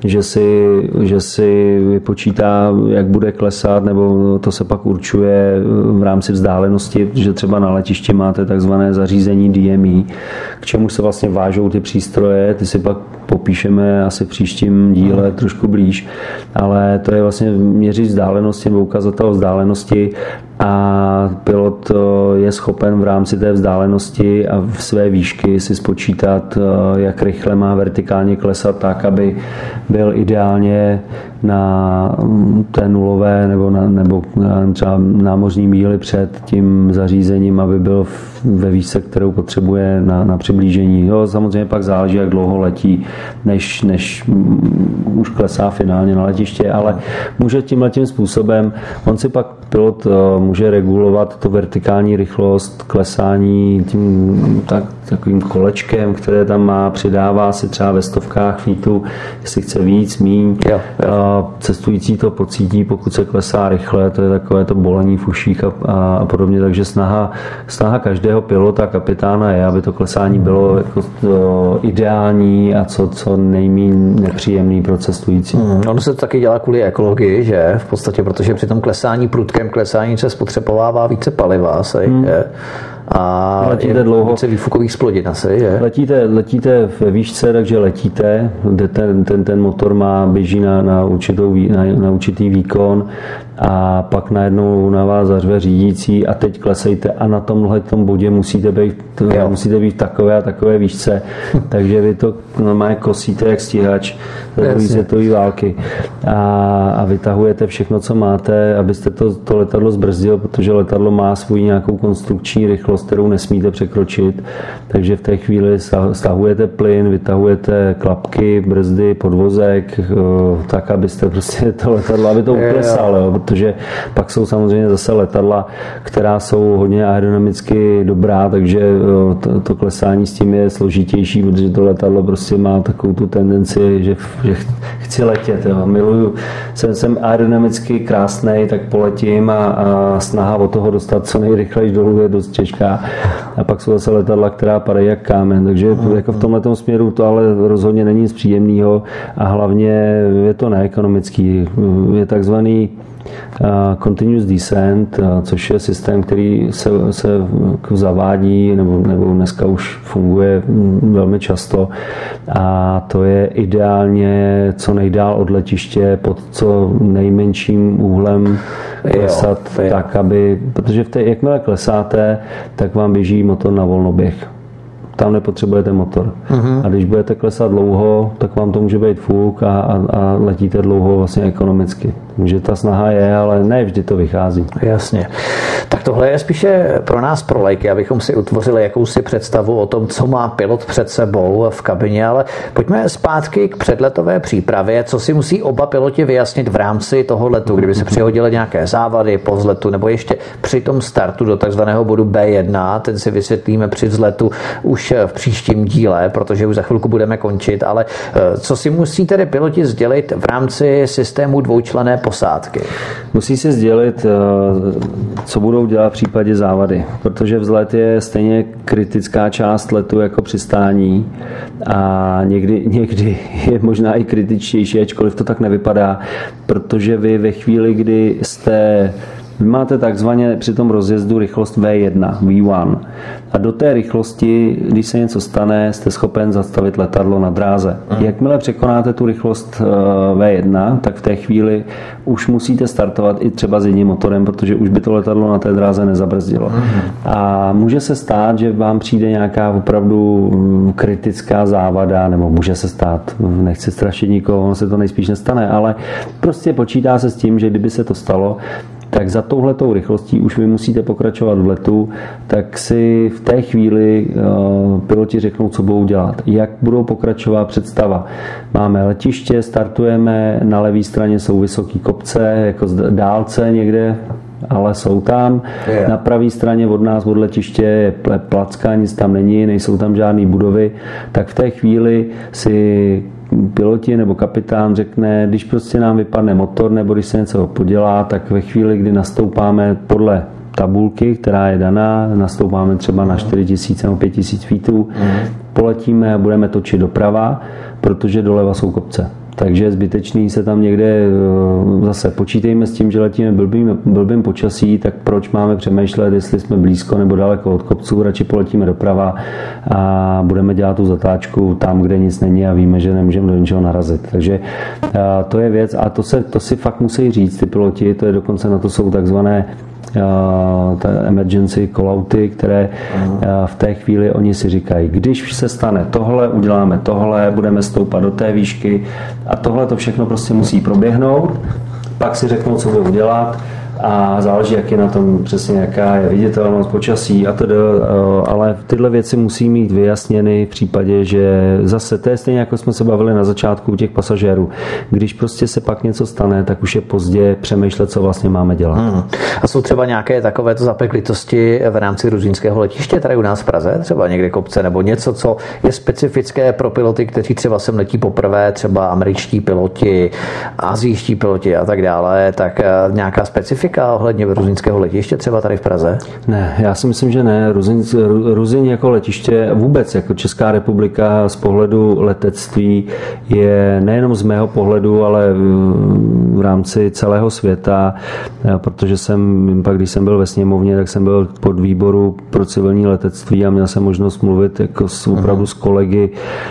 že si vypočítá, jak bude klesat, nebo to se pak určuje v rámci vzdálenosti, že třeba na letišti máte takzvané zařízení DME, k čemu se vlastně vážou ty přístroje, ty si pak popíšeme asi v příštím díle trošku blíž, ale to je vlastně měřit vzdálenosti nebo ukazatel vzdálenosti, a pilot je schopen v rámci té vzdálenosti a v své výšky si spočítat, jak rychle má vertikálně klesat tak, aby byl ideálně na té nulové nebo třeba námořní míli před tím zařízením, aby byl ve výšce, kterou potřebuje na přiblížení. Jo, samozřejmě pak záleží, jak dlouho letí, než už klesá finálně na letiště, ale může tímhletím způsobem, on si pak pilot může regulovat tu vertikální rychlost klesání tím takovým kolečkem, které tam má, přidává si třeba ve stovkách feetů, jestli chce víc, míň. Cestující to pocítí, pokud se klesá rychle, to je takové to bolení v uších a podobně, takže snaha každého pilota, kapitána je, aby to klesání bylo jako ideální a co nejméně nepříjemný pro cestující. Ono se to taky dělá kvůli ekologii, že? V podstatě, protože při tom klesání, prudkém klesání se spotřebovává více paliva, a letíte dlouho, více výfukových splodin asi, že? Letíte ve výšce, takže letíte, ten motor běží na určitý výkon, a pak najednou na vás zařve řídící a teď klesejte, a na tomhle bodě musíte být v takové a takové výšce, takže vy to normálně kosíte jak stíhač za druhé světové války a vytahujete všechno, co máte, abyste to letadlo zbrzdil, protože letadlo má svou nějakou konstrukční rychlost, kterou nesmíte překročit, takže v té chvíli stahujete plyn, vytahujete klapky, brzdy, podvozek, tak, abyste prostě to letadlo, aby to uklesalo, protože pak jsou samozřejmě zase letadla, která jsou hodně aerodynamicky dobrá, takže to klesání s tím je složitější, protože to letadlo prostě má takovou tu tendenci, že chci letět. Jo. Miluju, jsem aerodynamicky krásnej, tak poletím a snaha o toho dostat co nejrychleji dolů je dost těžká říká. A pak jsou zase letadla, která padají jak kámen. Takže jako v tomhletom směru to ale rozhodně není nic příjemného a hlavně je to neekonomický. Je takzvaný continuous descent, což je systém, který se zavádí nebo dneska už funguje velmi často a to je ideálně co nejdál od letiště pod co nejmenším úhlem klesat, tak aby, protože jakmile klesáte, tak vám běží motor na volnoběh. Tam nepotřebujete motor. A když budete klesat dlouho, tak vám to může být fuk a letíte dlouho vlastně ekonomicky. Takže ta snaha je, ale ne vždy to vychází. Jasně. Tak tohle je spíše pro nás, pro lajky, abychom si utvořili jakousi představu o tom, co má pilot před sebou v kabině, ale pojďme zpátky k předletové přípravě. Co si musí oba piloti vyjasnit v rámci toho letu, kdyby se přihodily nějaké závady po vzletu, nebo ještě při tom startu do takzvaného bodu B1, ten si vysvětlíme při vzletu už v příštím díle, protože už za chvilku budeme končit, ale co si musí tedy piloti sdělit v rámci systému dvoučlenné posádky? Musí si sdělit, co budou dělat v případě závady, protože vzlet je stejně kritická část letu jako přistání a někdy je možná i kritičtější, ačkoliv to tak nevypadá, protože vy ve chvíli, kdy vy máte takzvaně při tom rozjezdu rychlost V1, V1 a do té rychlosti, když se něco stane, jste schopen zastavit letadlo na dráze. Jakmile překonáte tu rychlost V1, tak v té chvíli už musíte startovat i třeba s jedním motorem, protože už by to letadlo na té dráze nezabrzdilo. A může se stát, že vám přijde nějaká opravdu kritická závada, nebo může se stát, nechci strašit nikoho, ono se to nejspíš nestane, ale prostě počítá se s tím, že kdyby se to stalo, tak za touhletou rychlostí už vy musíte pokračovat v letu, tak si v té chvíli piloti řeknou, co budou dělat. Jak budou pokračovat představa. Máme letiště, startujeme, na levé straně jsou vysoký kopce, jako dálce někde, ale jsou tam. Na pravé straně od nás, od letiště je placka, nic tam není, nejsou tam žádné budovy, tak v té chvíli si piloti nebo kapitán řekne, když prostě nám vypadne motor nebo když se něco podělá, tak ve chvíli, kdy nastoupáme podle tabulky, která je daná, nastoupáme třeba na 4000 nebo 5000 feetů, poletíme a budeme točit doprava, protože doleva jsou kopce. Takže je zbytečný se tam někde zase počítejme s tím, že letíme blbým počasí, tak proč máme přemýšlet, jestli jsme blízko nebo daleko od kopců, radši poletíme doprava a budeme dělat tu zatáčku tam, kde nic není a víme, že nemůžeme do ničeho narazit. Takže to je věc a to si fakt musí říct ty piloti, to je dokonce na to jsou takzvané emergency callouty, které v té chvíli oni si říkají, když se stane tohle, uděláme tohle, budeme stoupat do té výšky a tohle to všechno prostě musí proběhnout, pak si řeknou, co budou dělat a záleží, jak je na tom přesně, jaká je viditelnost počasí a tedy, ale tyhle věci musí mít vyjasněny v případě, že zase to je stejně, jako jsme se bavili na začátku u těch pasažérů. Když prostě se pak něco stane, tak už je pozdě přemýšlet, co vlastně máme dělat. A jsou třeba nějaké takovéto zapeklitosti v rámci ruzyňského letiště tady u nás v Praze, třeba někde kopce nebo něco, co je specifické pro piloty, kteří třeba sem letí poprvé, třeba američtí piloti, asijští piloti a tak dále, tak nějaká specifika ohledně ruzyňského letiště třeba tady v Praze? Ne, já si myslím, že ne. Ruzyň jako letiště vůbec jako Česká republika z pohledu letectví je nejenom z mého pohledu, ale v rámci celého světa, protože když jsem byl ve sněmovně, tak jsem byl pod výboru pro civilní letectví a měl jsem možnost mluvit jako opravdu s kolegy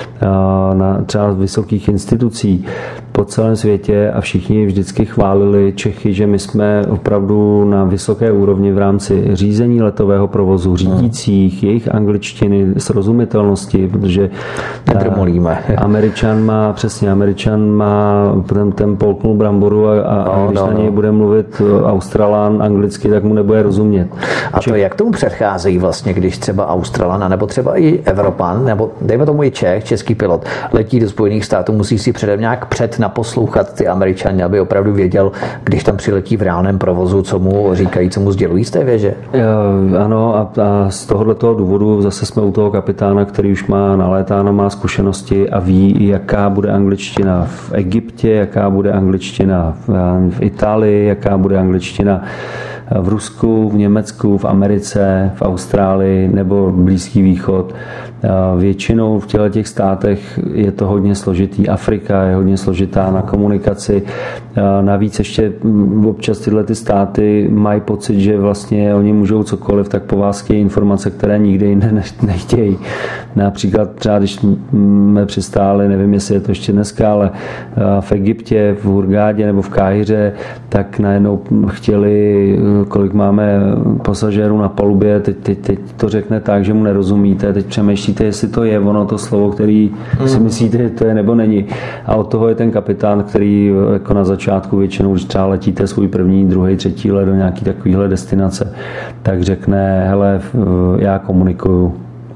na třeba vysokých institucí po celém světě a všichni vždycky chválili Čechy, že my jsme opravdu na vysoké úrovni v rámci řízení letového provozu, řídících, jejich angličtiny, srozumitelnosti, protože Američan má ten polknul bramboru a když na něj bude mluvit Australan anglicky, tak mu nebude rozumět. A to jak tomu předcházejí vlastně, když třeba Australan, nebo třeba i Evropan, nebo dejme tomu i český pilot, letí do Spojených států, musí si předem nějak naposlouchat ty Američany, aby opravdu věděl, když tam přiletí v reálném provozu, co mu říkají, co mu sdělují z té věže? Ano, a z tohoto důvodu zase jsme u toho kapitána, který už má nalétáno, má zkušenosti a ví, jaká bude angličtina v Egyptě, jaká bude angličtina v Itálii, jaká bude angličtina v Rusku, v Německu, v Americe, v Austrálii nebo Blízký východ. Většinou v těch státech je to hodně složitý. Afrika je hodně složitá na komunikaci. Navíc ještě občas tyhle ty státy mají pocit, že vlastně oni můžou cokoliv, tak po vás chtějí informace, které nikdy jinde nechtějí. Například třeba, když jsme přistáli, nevím, jestli je to ještě dneska, ale v Egyptě, v Hurgádě nebo v Káhiře, tak najednou chtěli, kolik máme pasažérů na palubě, teď to řekne tak, že mu nerozumíte, teď přemýšlíte, jestli to je ono to slovo, který si myslíte, že to je nebo není. A od toho je ten kapitán, který jako na začátku většinou, když třeba letíte svůj první, druhý, třetí let do nějaký takovýhle destinace, tak řekne, hele, já komunikuju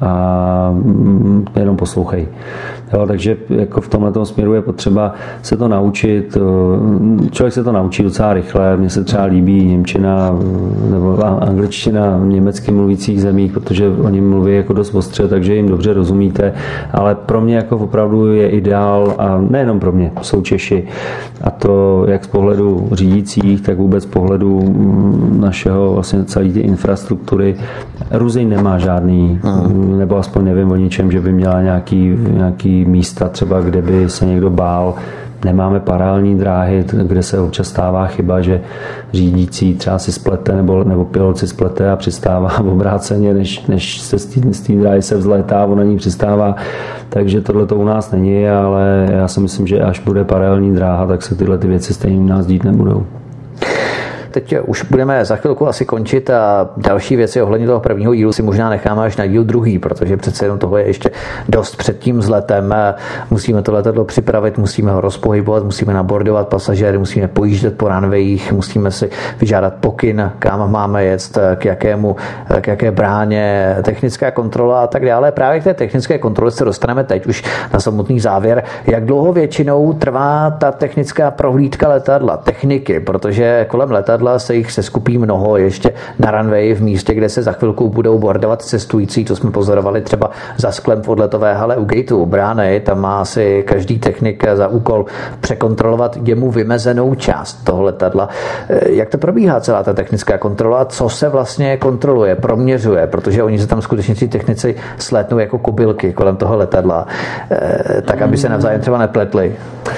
a jenom poslouchej. Jo, takže jako v tomto směru je potřeba se to naučit. Člověk se to naučí docela rychle. Mně se třeba líbí němčina nebo angličtina v německy mluvících zemích, protože oni mluví jako dost ostře, takže jim dobře rozumíte. Ale pro mě jako opravdu je ideál, a nejenom pro mě, jsou Češi. A to jak z pohledu řídících, tak vůbec z pohledu našeho vlastně celé ty infrastruktury. Ruzyň nemá žádný, nebo aspoň nevím o ničem, že by měla nějaký místa třeba, kde by se někdo bál. Nemáme paralelní dráhy, kde se občas stává chyba, že řídící třeba si splete nebo pilot si splete a přistává v obráceně, než se z té dráhy se vzlétá a on na ní přistává. Takže tohle to u nás není, ale já si myslím, že až bude paralelní dráha, tak se tyhle ty věci stejně u nás dít nebudou. Teď už budeme za chvilku asi končit a další věci ohledně toho prvního dílu si možná necháme až na díl druhý, protože přece jenom toho je ještě dost před tím vzletem. Musíme to letadlo připravit, musíme ho rozpohybovat, musíme nabordovat pasažéry, musíme pojíždět po runwayích, musíme si vyžádat pokyn, kam máme jet, k jaké bráně, technická kontrola a tak dále. Právě k té technické kontrole se dostaneme teď už na samotný závěr. Jak dlouho většinou trvá ta technická prohlídka letadla, techniky, protože kolem letadla se jich seskupí mnoho ještě na runway v místě, kde se za chvilku budou bordovat cestující. To jsme pozorovali třeba za sklem v odletové hale u gateu brány. Tam má asi každý technik za úkol překontrolovat jemu vymezenou část toho letadla. Jak to probíhá celá ta technická kontrola? Co se vlastně kontroluje, proměřuje? Protože oni se tam skutečně ti technici slétnou jako kobylky kolem toho letadla, tak aby se navzájem třeba nepletli.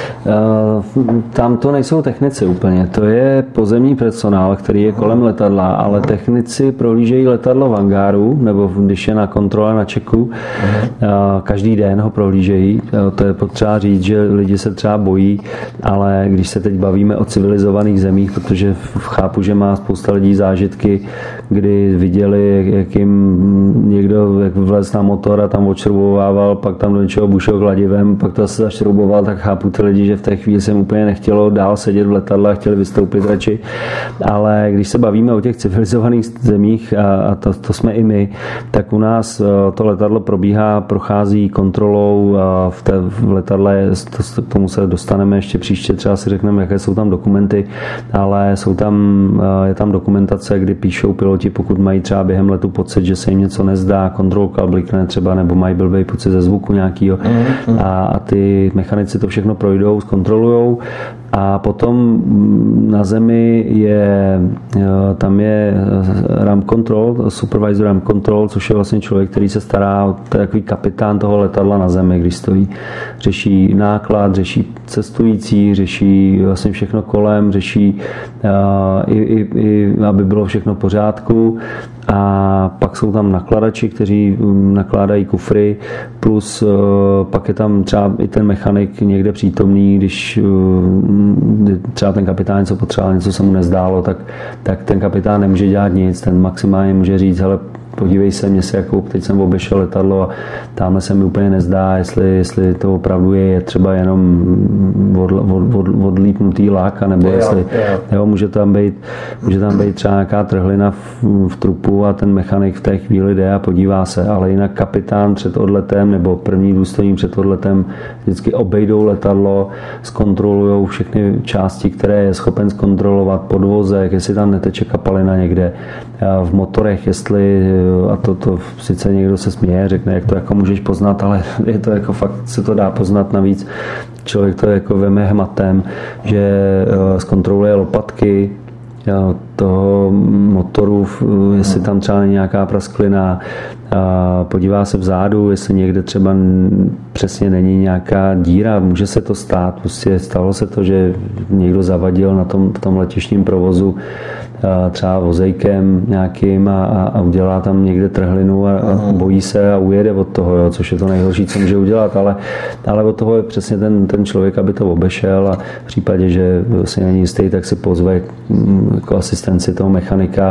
Tam to nejsou technici úplně. To je pozemní personál, který je kolem letadla, ale technici prohlížejí letadlo v hangáru, nebo když je na kontrole na checku. Každý den ho prohlížejí. To je potřeba říct, že lidi se třeba bojí, ale když se teď bavíme o civilizovaných zemích, protože chápu, že má spousta lidí zážitky, kdy viděli, jak jim někdo jak vlez na motor a tam odšroubovával, pak tam do něčeho bušil kladivem, pak to zase zašrouboval, tak chápu ty lidi, že v té chvíli se jim úplně nechtělo dál sedět v letadle a chtěli vystoupit radši. Ale když se bavíme o těch civilizovaných zemích, a to jsme i my, tak u nás to letadlo prochází kontrolou v letadle, k tomu se dostaneme ještě příště, třeba si řekneme, jaké jsou tam dokumenty, ale je tam dokumentace, kdy píšou piloti, pokud mají třeba během letu pocit, že se jim něco nezdá, kontrolka blikne třeba, nebo mají blbý pocit ze zvuku nějakýho a ty mechanici to všechno projdou, zkontrolujou a potom na zemi tam je RAM control, supervisor RAM control, což je vlastně člověk, který se stará, to je takový kapitán toho letadla na zemi, když stojí. Řeší náklad, řeší cestující, řeší vlastně všechno kolem, řeší i aby bylo všechno v pořádku. A pak jsou tam nakladači, kteří nakládají kufry, plus pak je tam třeba i ten mechanik někde přítomný, když třeba ten kapitán něco potřeboval, něco se mu nezdálo, tak ten kapitán nemůže dělat nic, ten maximálně může říct, hele, podívej se, mě se jako, teď jsem obešel letadlo a tamhle se mi úplně nezdá, jestli to opravdu je třeba jenom odlítnutý lák, nebo jestli může tam být třeba nějaká trhlina v trupu a ten mechanik v té chvíli jde a podívá se, ale jinak kapitán před odletem nebo první důstojník před odletem vždycky obejdou letadlo, zkontrolujou všechny části, které je schopen zkontrolovat, podvozek, jestli tam neteče kapalina někde, v motorech, jestli, a to sice někdo se směje, řekne, jak to jako můžeš poznat, ale je to jako fakt, se to dá poznat navíc. Člověk to jako veme hmatem, že zkontroluje lopatky toho motoru, jestli tam třeba není nějaká prasklina, podívá se vzadu, jestli někde třeba přesně není nějaká díra, může se to stát. Prostě stalo se to, že někdo zavadil v tom letištním provozu třeba vozejkem nějakým a udělá tam někde trhlinu a bojí se a ujede od toho, jo, což je to nejhorší, co může udělat, ale od toho je přesně ten člověk, aby to obešel a v případě, že si není jistý, tak si pozve jako asistenci toho mechanika,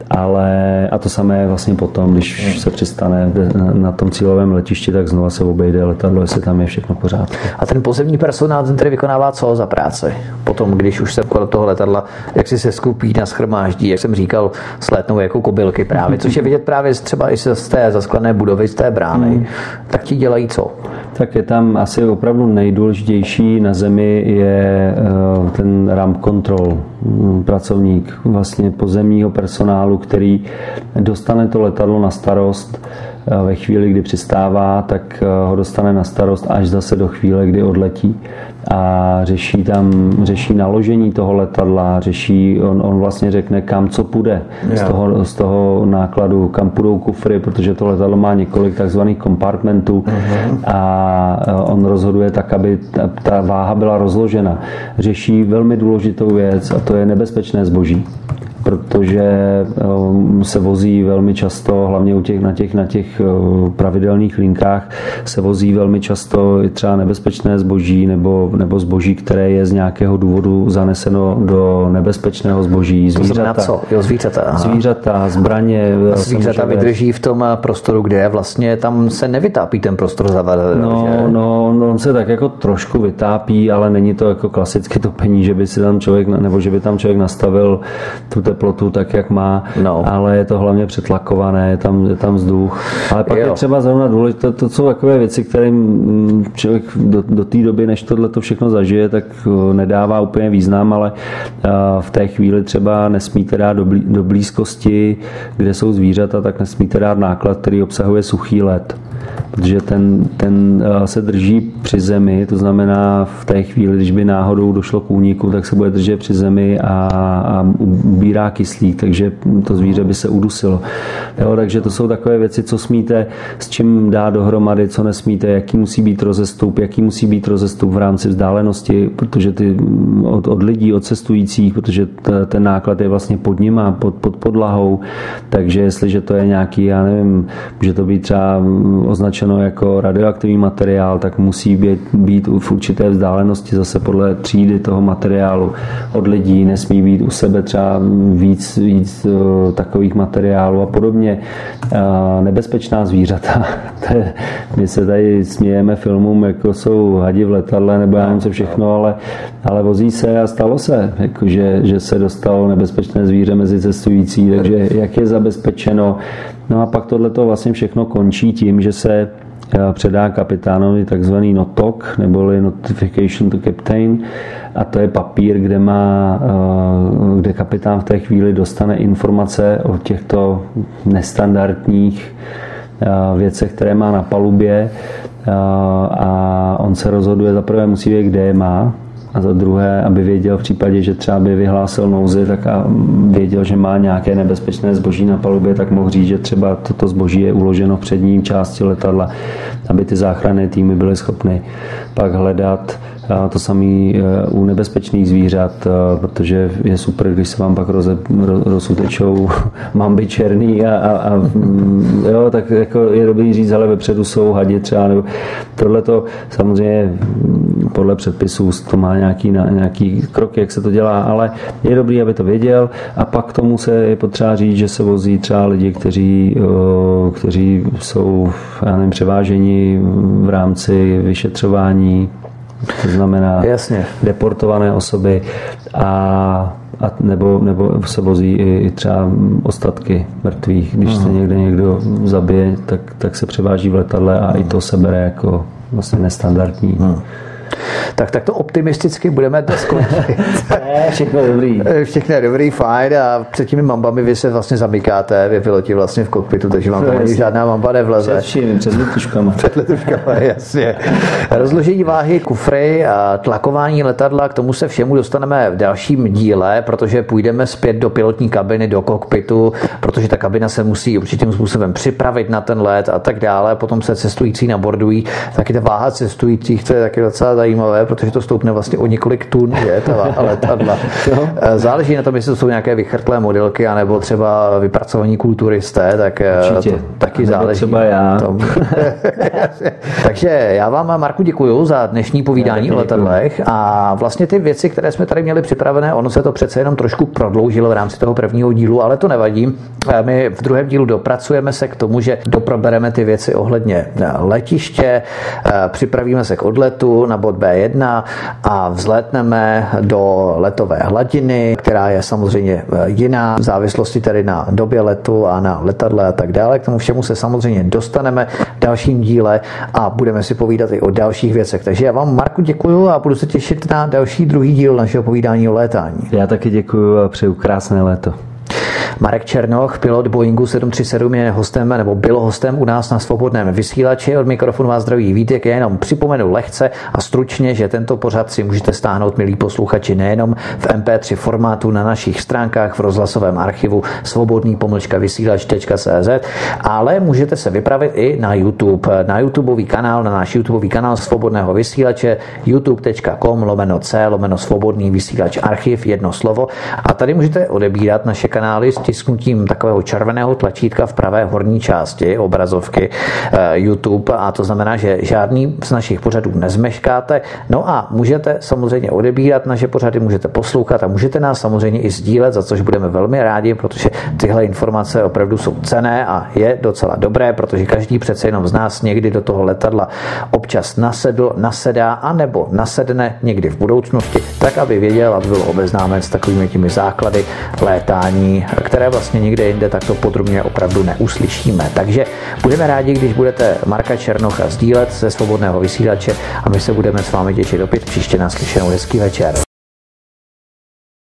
a to samé je vlastně potom, když se přistane na tom cílovém letišti, tak znova se obejde letadlo, jestli tam je všechno pořád. A ten pozemní personál, ten tedy vykonává co za práci? Potom, když už se kolem toho letadla, jak si se skupí, nashromáždí, jak jsem říkal, slétnou jako kobylky právě, což je vidět právě třeba i z té zasklené budovy, z té brány, tak ti dělají co? Tak je tam asi opravdu nejdůležitější na zemi je ten ramp control, pracovník vlastně pozemního personálu, který dostane to letadlo na starost ve chvíli, kdy přistává, tak ho dostane na starost až zase do chvíle, kdy odletí. A řeší naložení toho letadla, on vlastně řekne, kam co půjde z toho nákladu, kam půjdou kufry, protože to letadlo má několik takzvaných kompartmentů a on rozhoduje tak, aby ta váha byla rozložena. Řeší velmi důležitou věc a to je nebezpečné zboží, protože se vozí velmi často, hlavně na těch pravidelných linkách, se vozí velmi často třeba nebezpečné zboží nebo zboží, které je z nějakého důvodu zaneseno do nebezpečného zboží. Zvířata. Co? Jo, zvířata. Zvířata, zbraně. Zvířata vydrží v tom prostoru, kde vlastně tam se nevytápí ten prostor zaveden. On se tak jako trošku vytápí, ale není to jako klasické topení, že by si tam člověk, nebo že by tam člověk nastavil tu teplotu tak, jak má, ale je to hlavně přetlakované, je tam vzduch. Ale pak je třeba zrovna důležité, to jsou takové věci, kterým člověk do té doby, než tohleto všechno zažije, tak nedává úplně význam, ale v té chvíli třeba nesmíte dát do blízkosti, kde jsou zvířata, tak nesmíte dát náklad, který obsahuje suchý led. Protože ten se drží při zemi, to znamená v té chvíli, když by náhodou došlo k úniku, tak se bude držet při zemi a ubírá kyslík, takže to zvíře by se udusilo. Jo, takže to jsou takové věci, co smíte s čím dát dohromady, co nesmíte, jaký musí být rozestup v rámci vzdálenosti, protože od lidí, od cestujících, protože ten náklad je vlastně pod nima, pod podlahou, takže jestliže to je nějaký, já nevím, může to být třeba označeno jako radioaktivní materiál, tak musí být v určité vzdálenosti zase podle třídy toho materiálu od lidí, nesmí být u sebe třeba víc takových materiálů a podobně. Nebezpečná zvířata. My se tady smějeme filmům, jako jsou hadi v letadle nebo já nevím co všechno, ale vozí se a stalo se, že se dostalo nebezpečné zvíře mezi cestující, takže jak je zabezpečeno. No a pak tohleto vlastně všechno končí tím, že se předá kapitánovi takzvaný NOTOC, neboli Notification to Captain, a to je papír, kde kapitán v té chvíli dostane informace o těchto nestandardních věcech, které má na palubě, a on se rozhoduje, za prvé musí vědět, kde je má, a za druhé, aby věděl v případě, že třeba by vyhlásil nouzi, tak a věděl, že má nějaké nebezpečné zboží na palubě, tak mohl říct, že třeba toto zboží je uloženo v přední části letadla, aby ty záchranné týmy byly schopny pak hledat A to samé u nebezpečných zvířat, protože je super, když se vám pak rozutečou mamby černý a jo, tak jako je dobrý říct, ale vepředu jsou hadi třeba, nebo tohleto samozřejmě podle předpisů to má nějaký krok, jak se to dělá, ale je dobrý, aby to věděl a pak k tomu se je potřeba říct, že se vozí třeba lidi, kteří jsou, já nevím, převáženi v rámci vyšetřování, to znamená Jasně. deportované osoby nebo se vozí i třeba ostatky mrtvých. Když se někdo zabije, tak se převáží v letadle a i to se bere jako vlastně nestandardní. Tak to optimisticky budeme to skončit. Všechno dobrý. Všechno je dobrý, fajn a před těmi mambami vy se vlastně zamykáte, vy piloti vlastně v kokpitu, takže vám tam ani žádná mamba nevleze. Před letuškama. Před letuškama, jasně. Rozložení váhy, kufry a tlakování letadla, k tomu se všemu dostaneme v dalším díle, protože půjdeme zpět do pilotní kabiny, do kokpitu, protože ta kabina se musí určitým způsobem připravit na ten let a tak dále. Potom se cestující nabordují, taky ta váha cestujících, to je taky docela zajímavé, protože to stoupne vlastně o několik tun, je ta váha letadla. Záleží na tom, jestli to jsou nějaké vychrtlé modelky, anebo třeba vypracovaní kulturisté, tak to taky záleží. Třeba já. Takže já vám, Marku, děkuju za dnešní povídání o letadlech a vlastně ty věci, které jsme tady měli připravené, ono se to přece jenom trošku prodloužilo v rámci toho prvního dílu, ale to nevadí. My v druhém dílu dopracujeme se k tomu, že doprobereme ty věci ohledně letiště, připravíme se k odletu na bod B1 a vzlétneme do letové hladiny, která je samozřejmě jiná v závislosti tedy na době letu a na letadle a tak dále. K tomu všemu se samozřejmě dostaneme v dalším díle a budeme si povídat i o dalších věcech. Takže já vám, Marku, děkuju a budu se těšit na další druhý díl našeho povídání o létání. Já taky děkuju a přeju krásné léto. Marek Černoch, pilot Boeingu 737, je hostem nebo byl hostem u nás na Svobodném vysílači. Od mikrofonu vás zdraví Vítek. Já jenom připomenu lehce a stručně, že tento pořad si můžete stáhnout, milí posluchači, nejenom v MP3 formátu na našich stránkách v rozhlasovém archivu svobodný-vysílač.cz, ale můžete se vypravit i na YouTube, na YouTubeový kanál, na náš YouTubeový kanál Svobodného vysílače youtube.com/c/svobodný vysílač archiv, jedno slovo. A tady můžete odebírat naše kanály stisknutím takového červeného tlačítka v pravé horní části obrazovky YouTube a to znamená, že žádný z našich pořadů nezmeškáte. No a můžete samozřejmě odebírat naše pořady, můžete poslouchat a můžete nás samozřejmě i sdílet, za což budeme velmi rádi, protože tyhle informace opravdu jsou cenné a je docela dobré, protože každý přece jenom z nás někdy do toho letadla občas nasedá anebo nasedne někdy v budoucnosti, tak aby věděl, aby byl obeznámen s takovými těmi základy létání, které vlastně nikde jinde takto podrobně opravdu neuslyšíme. Takže budeme rádi, když budete Marka Černocha sdílet ze Svobodného vysílače a my se budeme s vámi těšit opět příště naslyšenou. Hezký večer.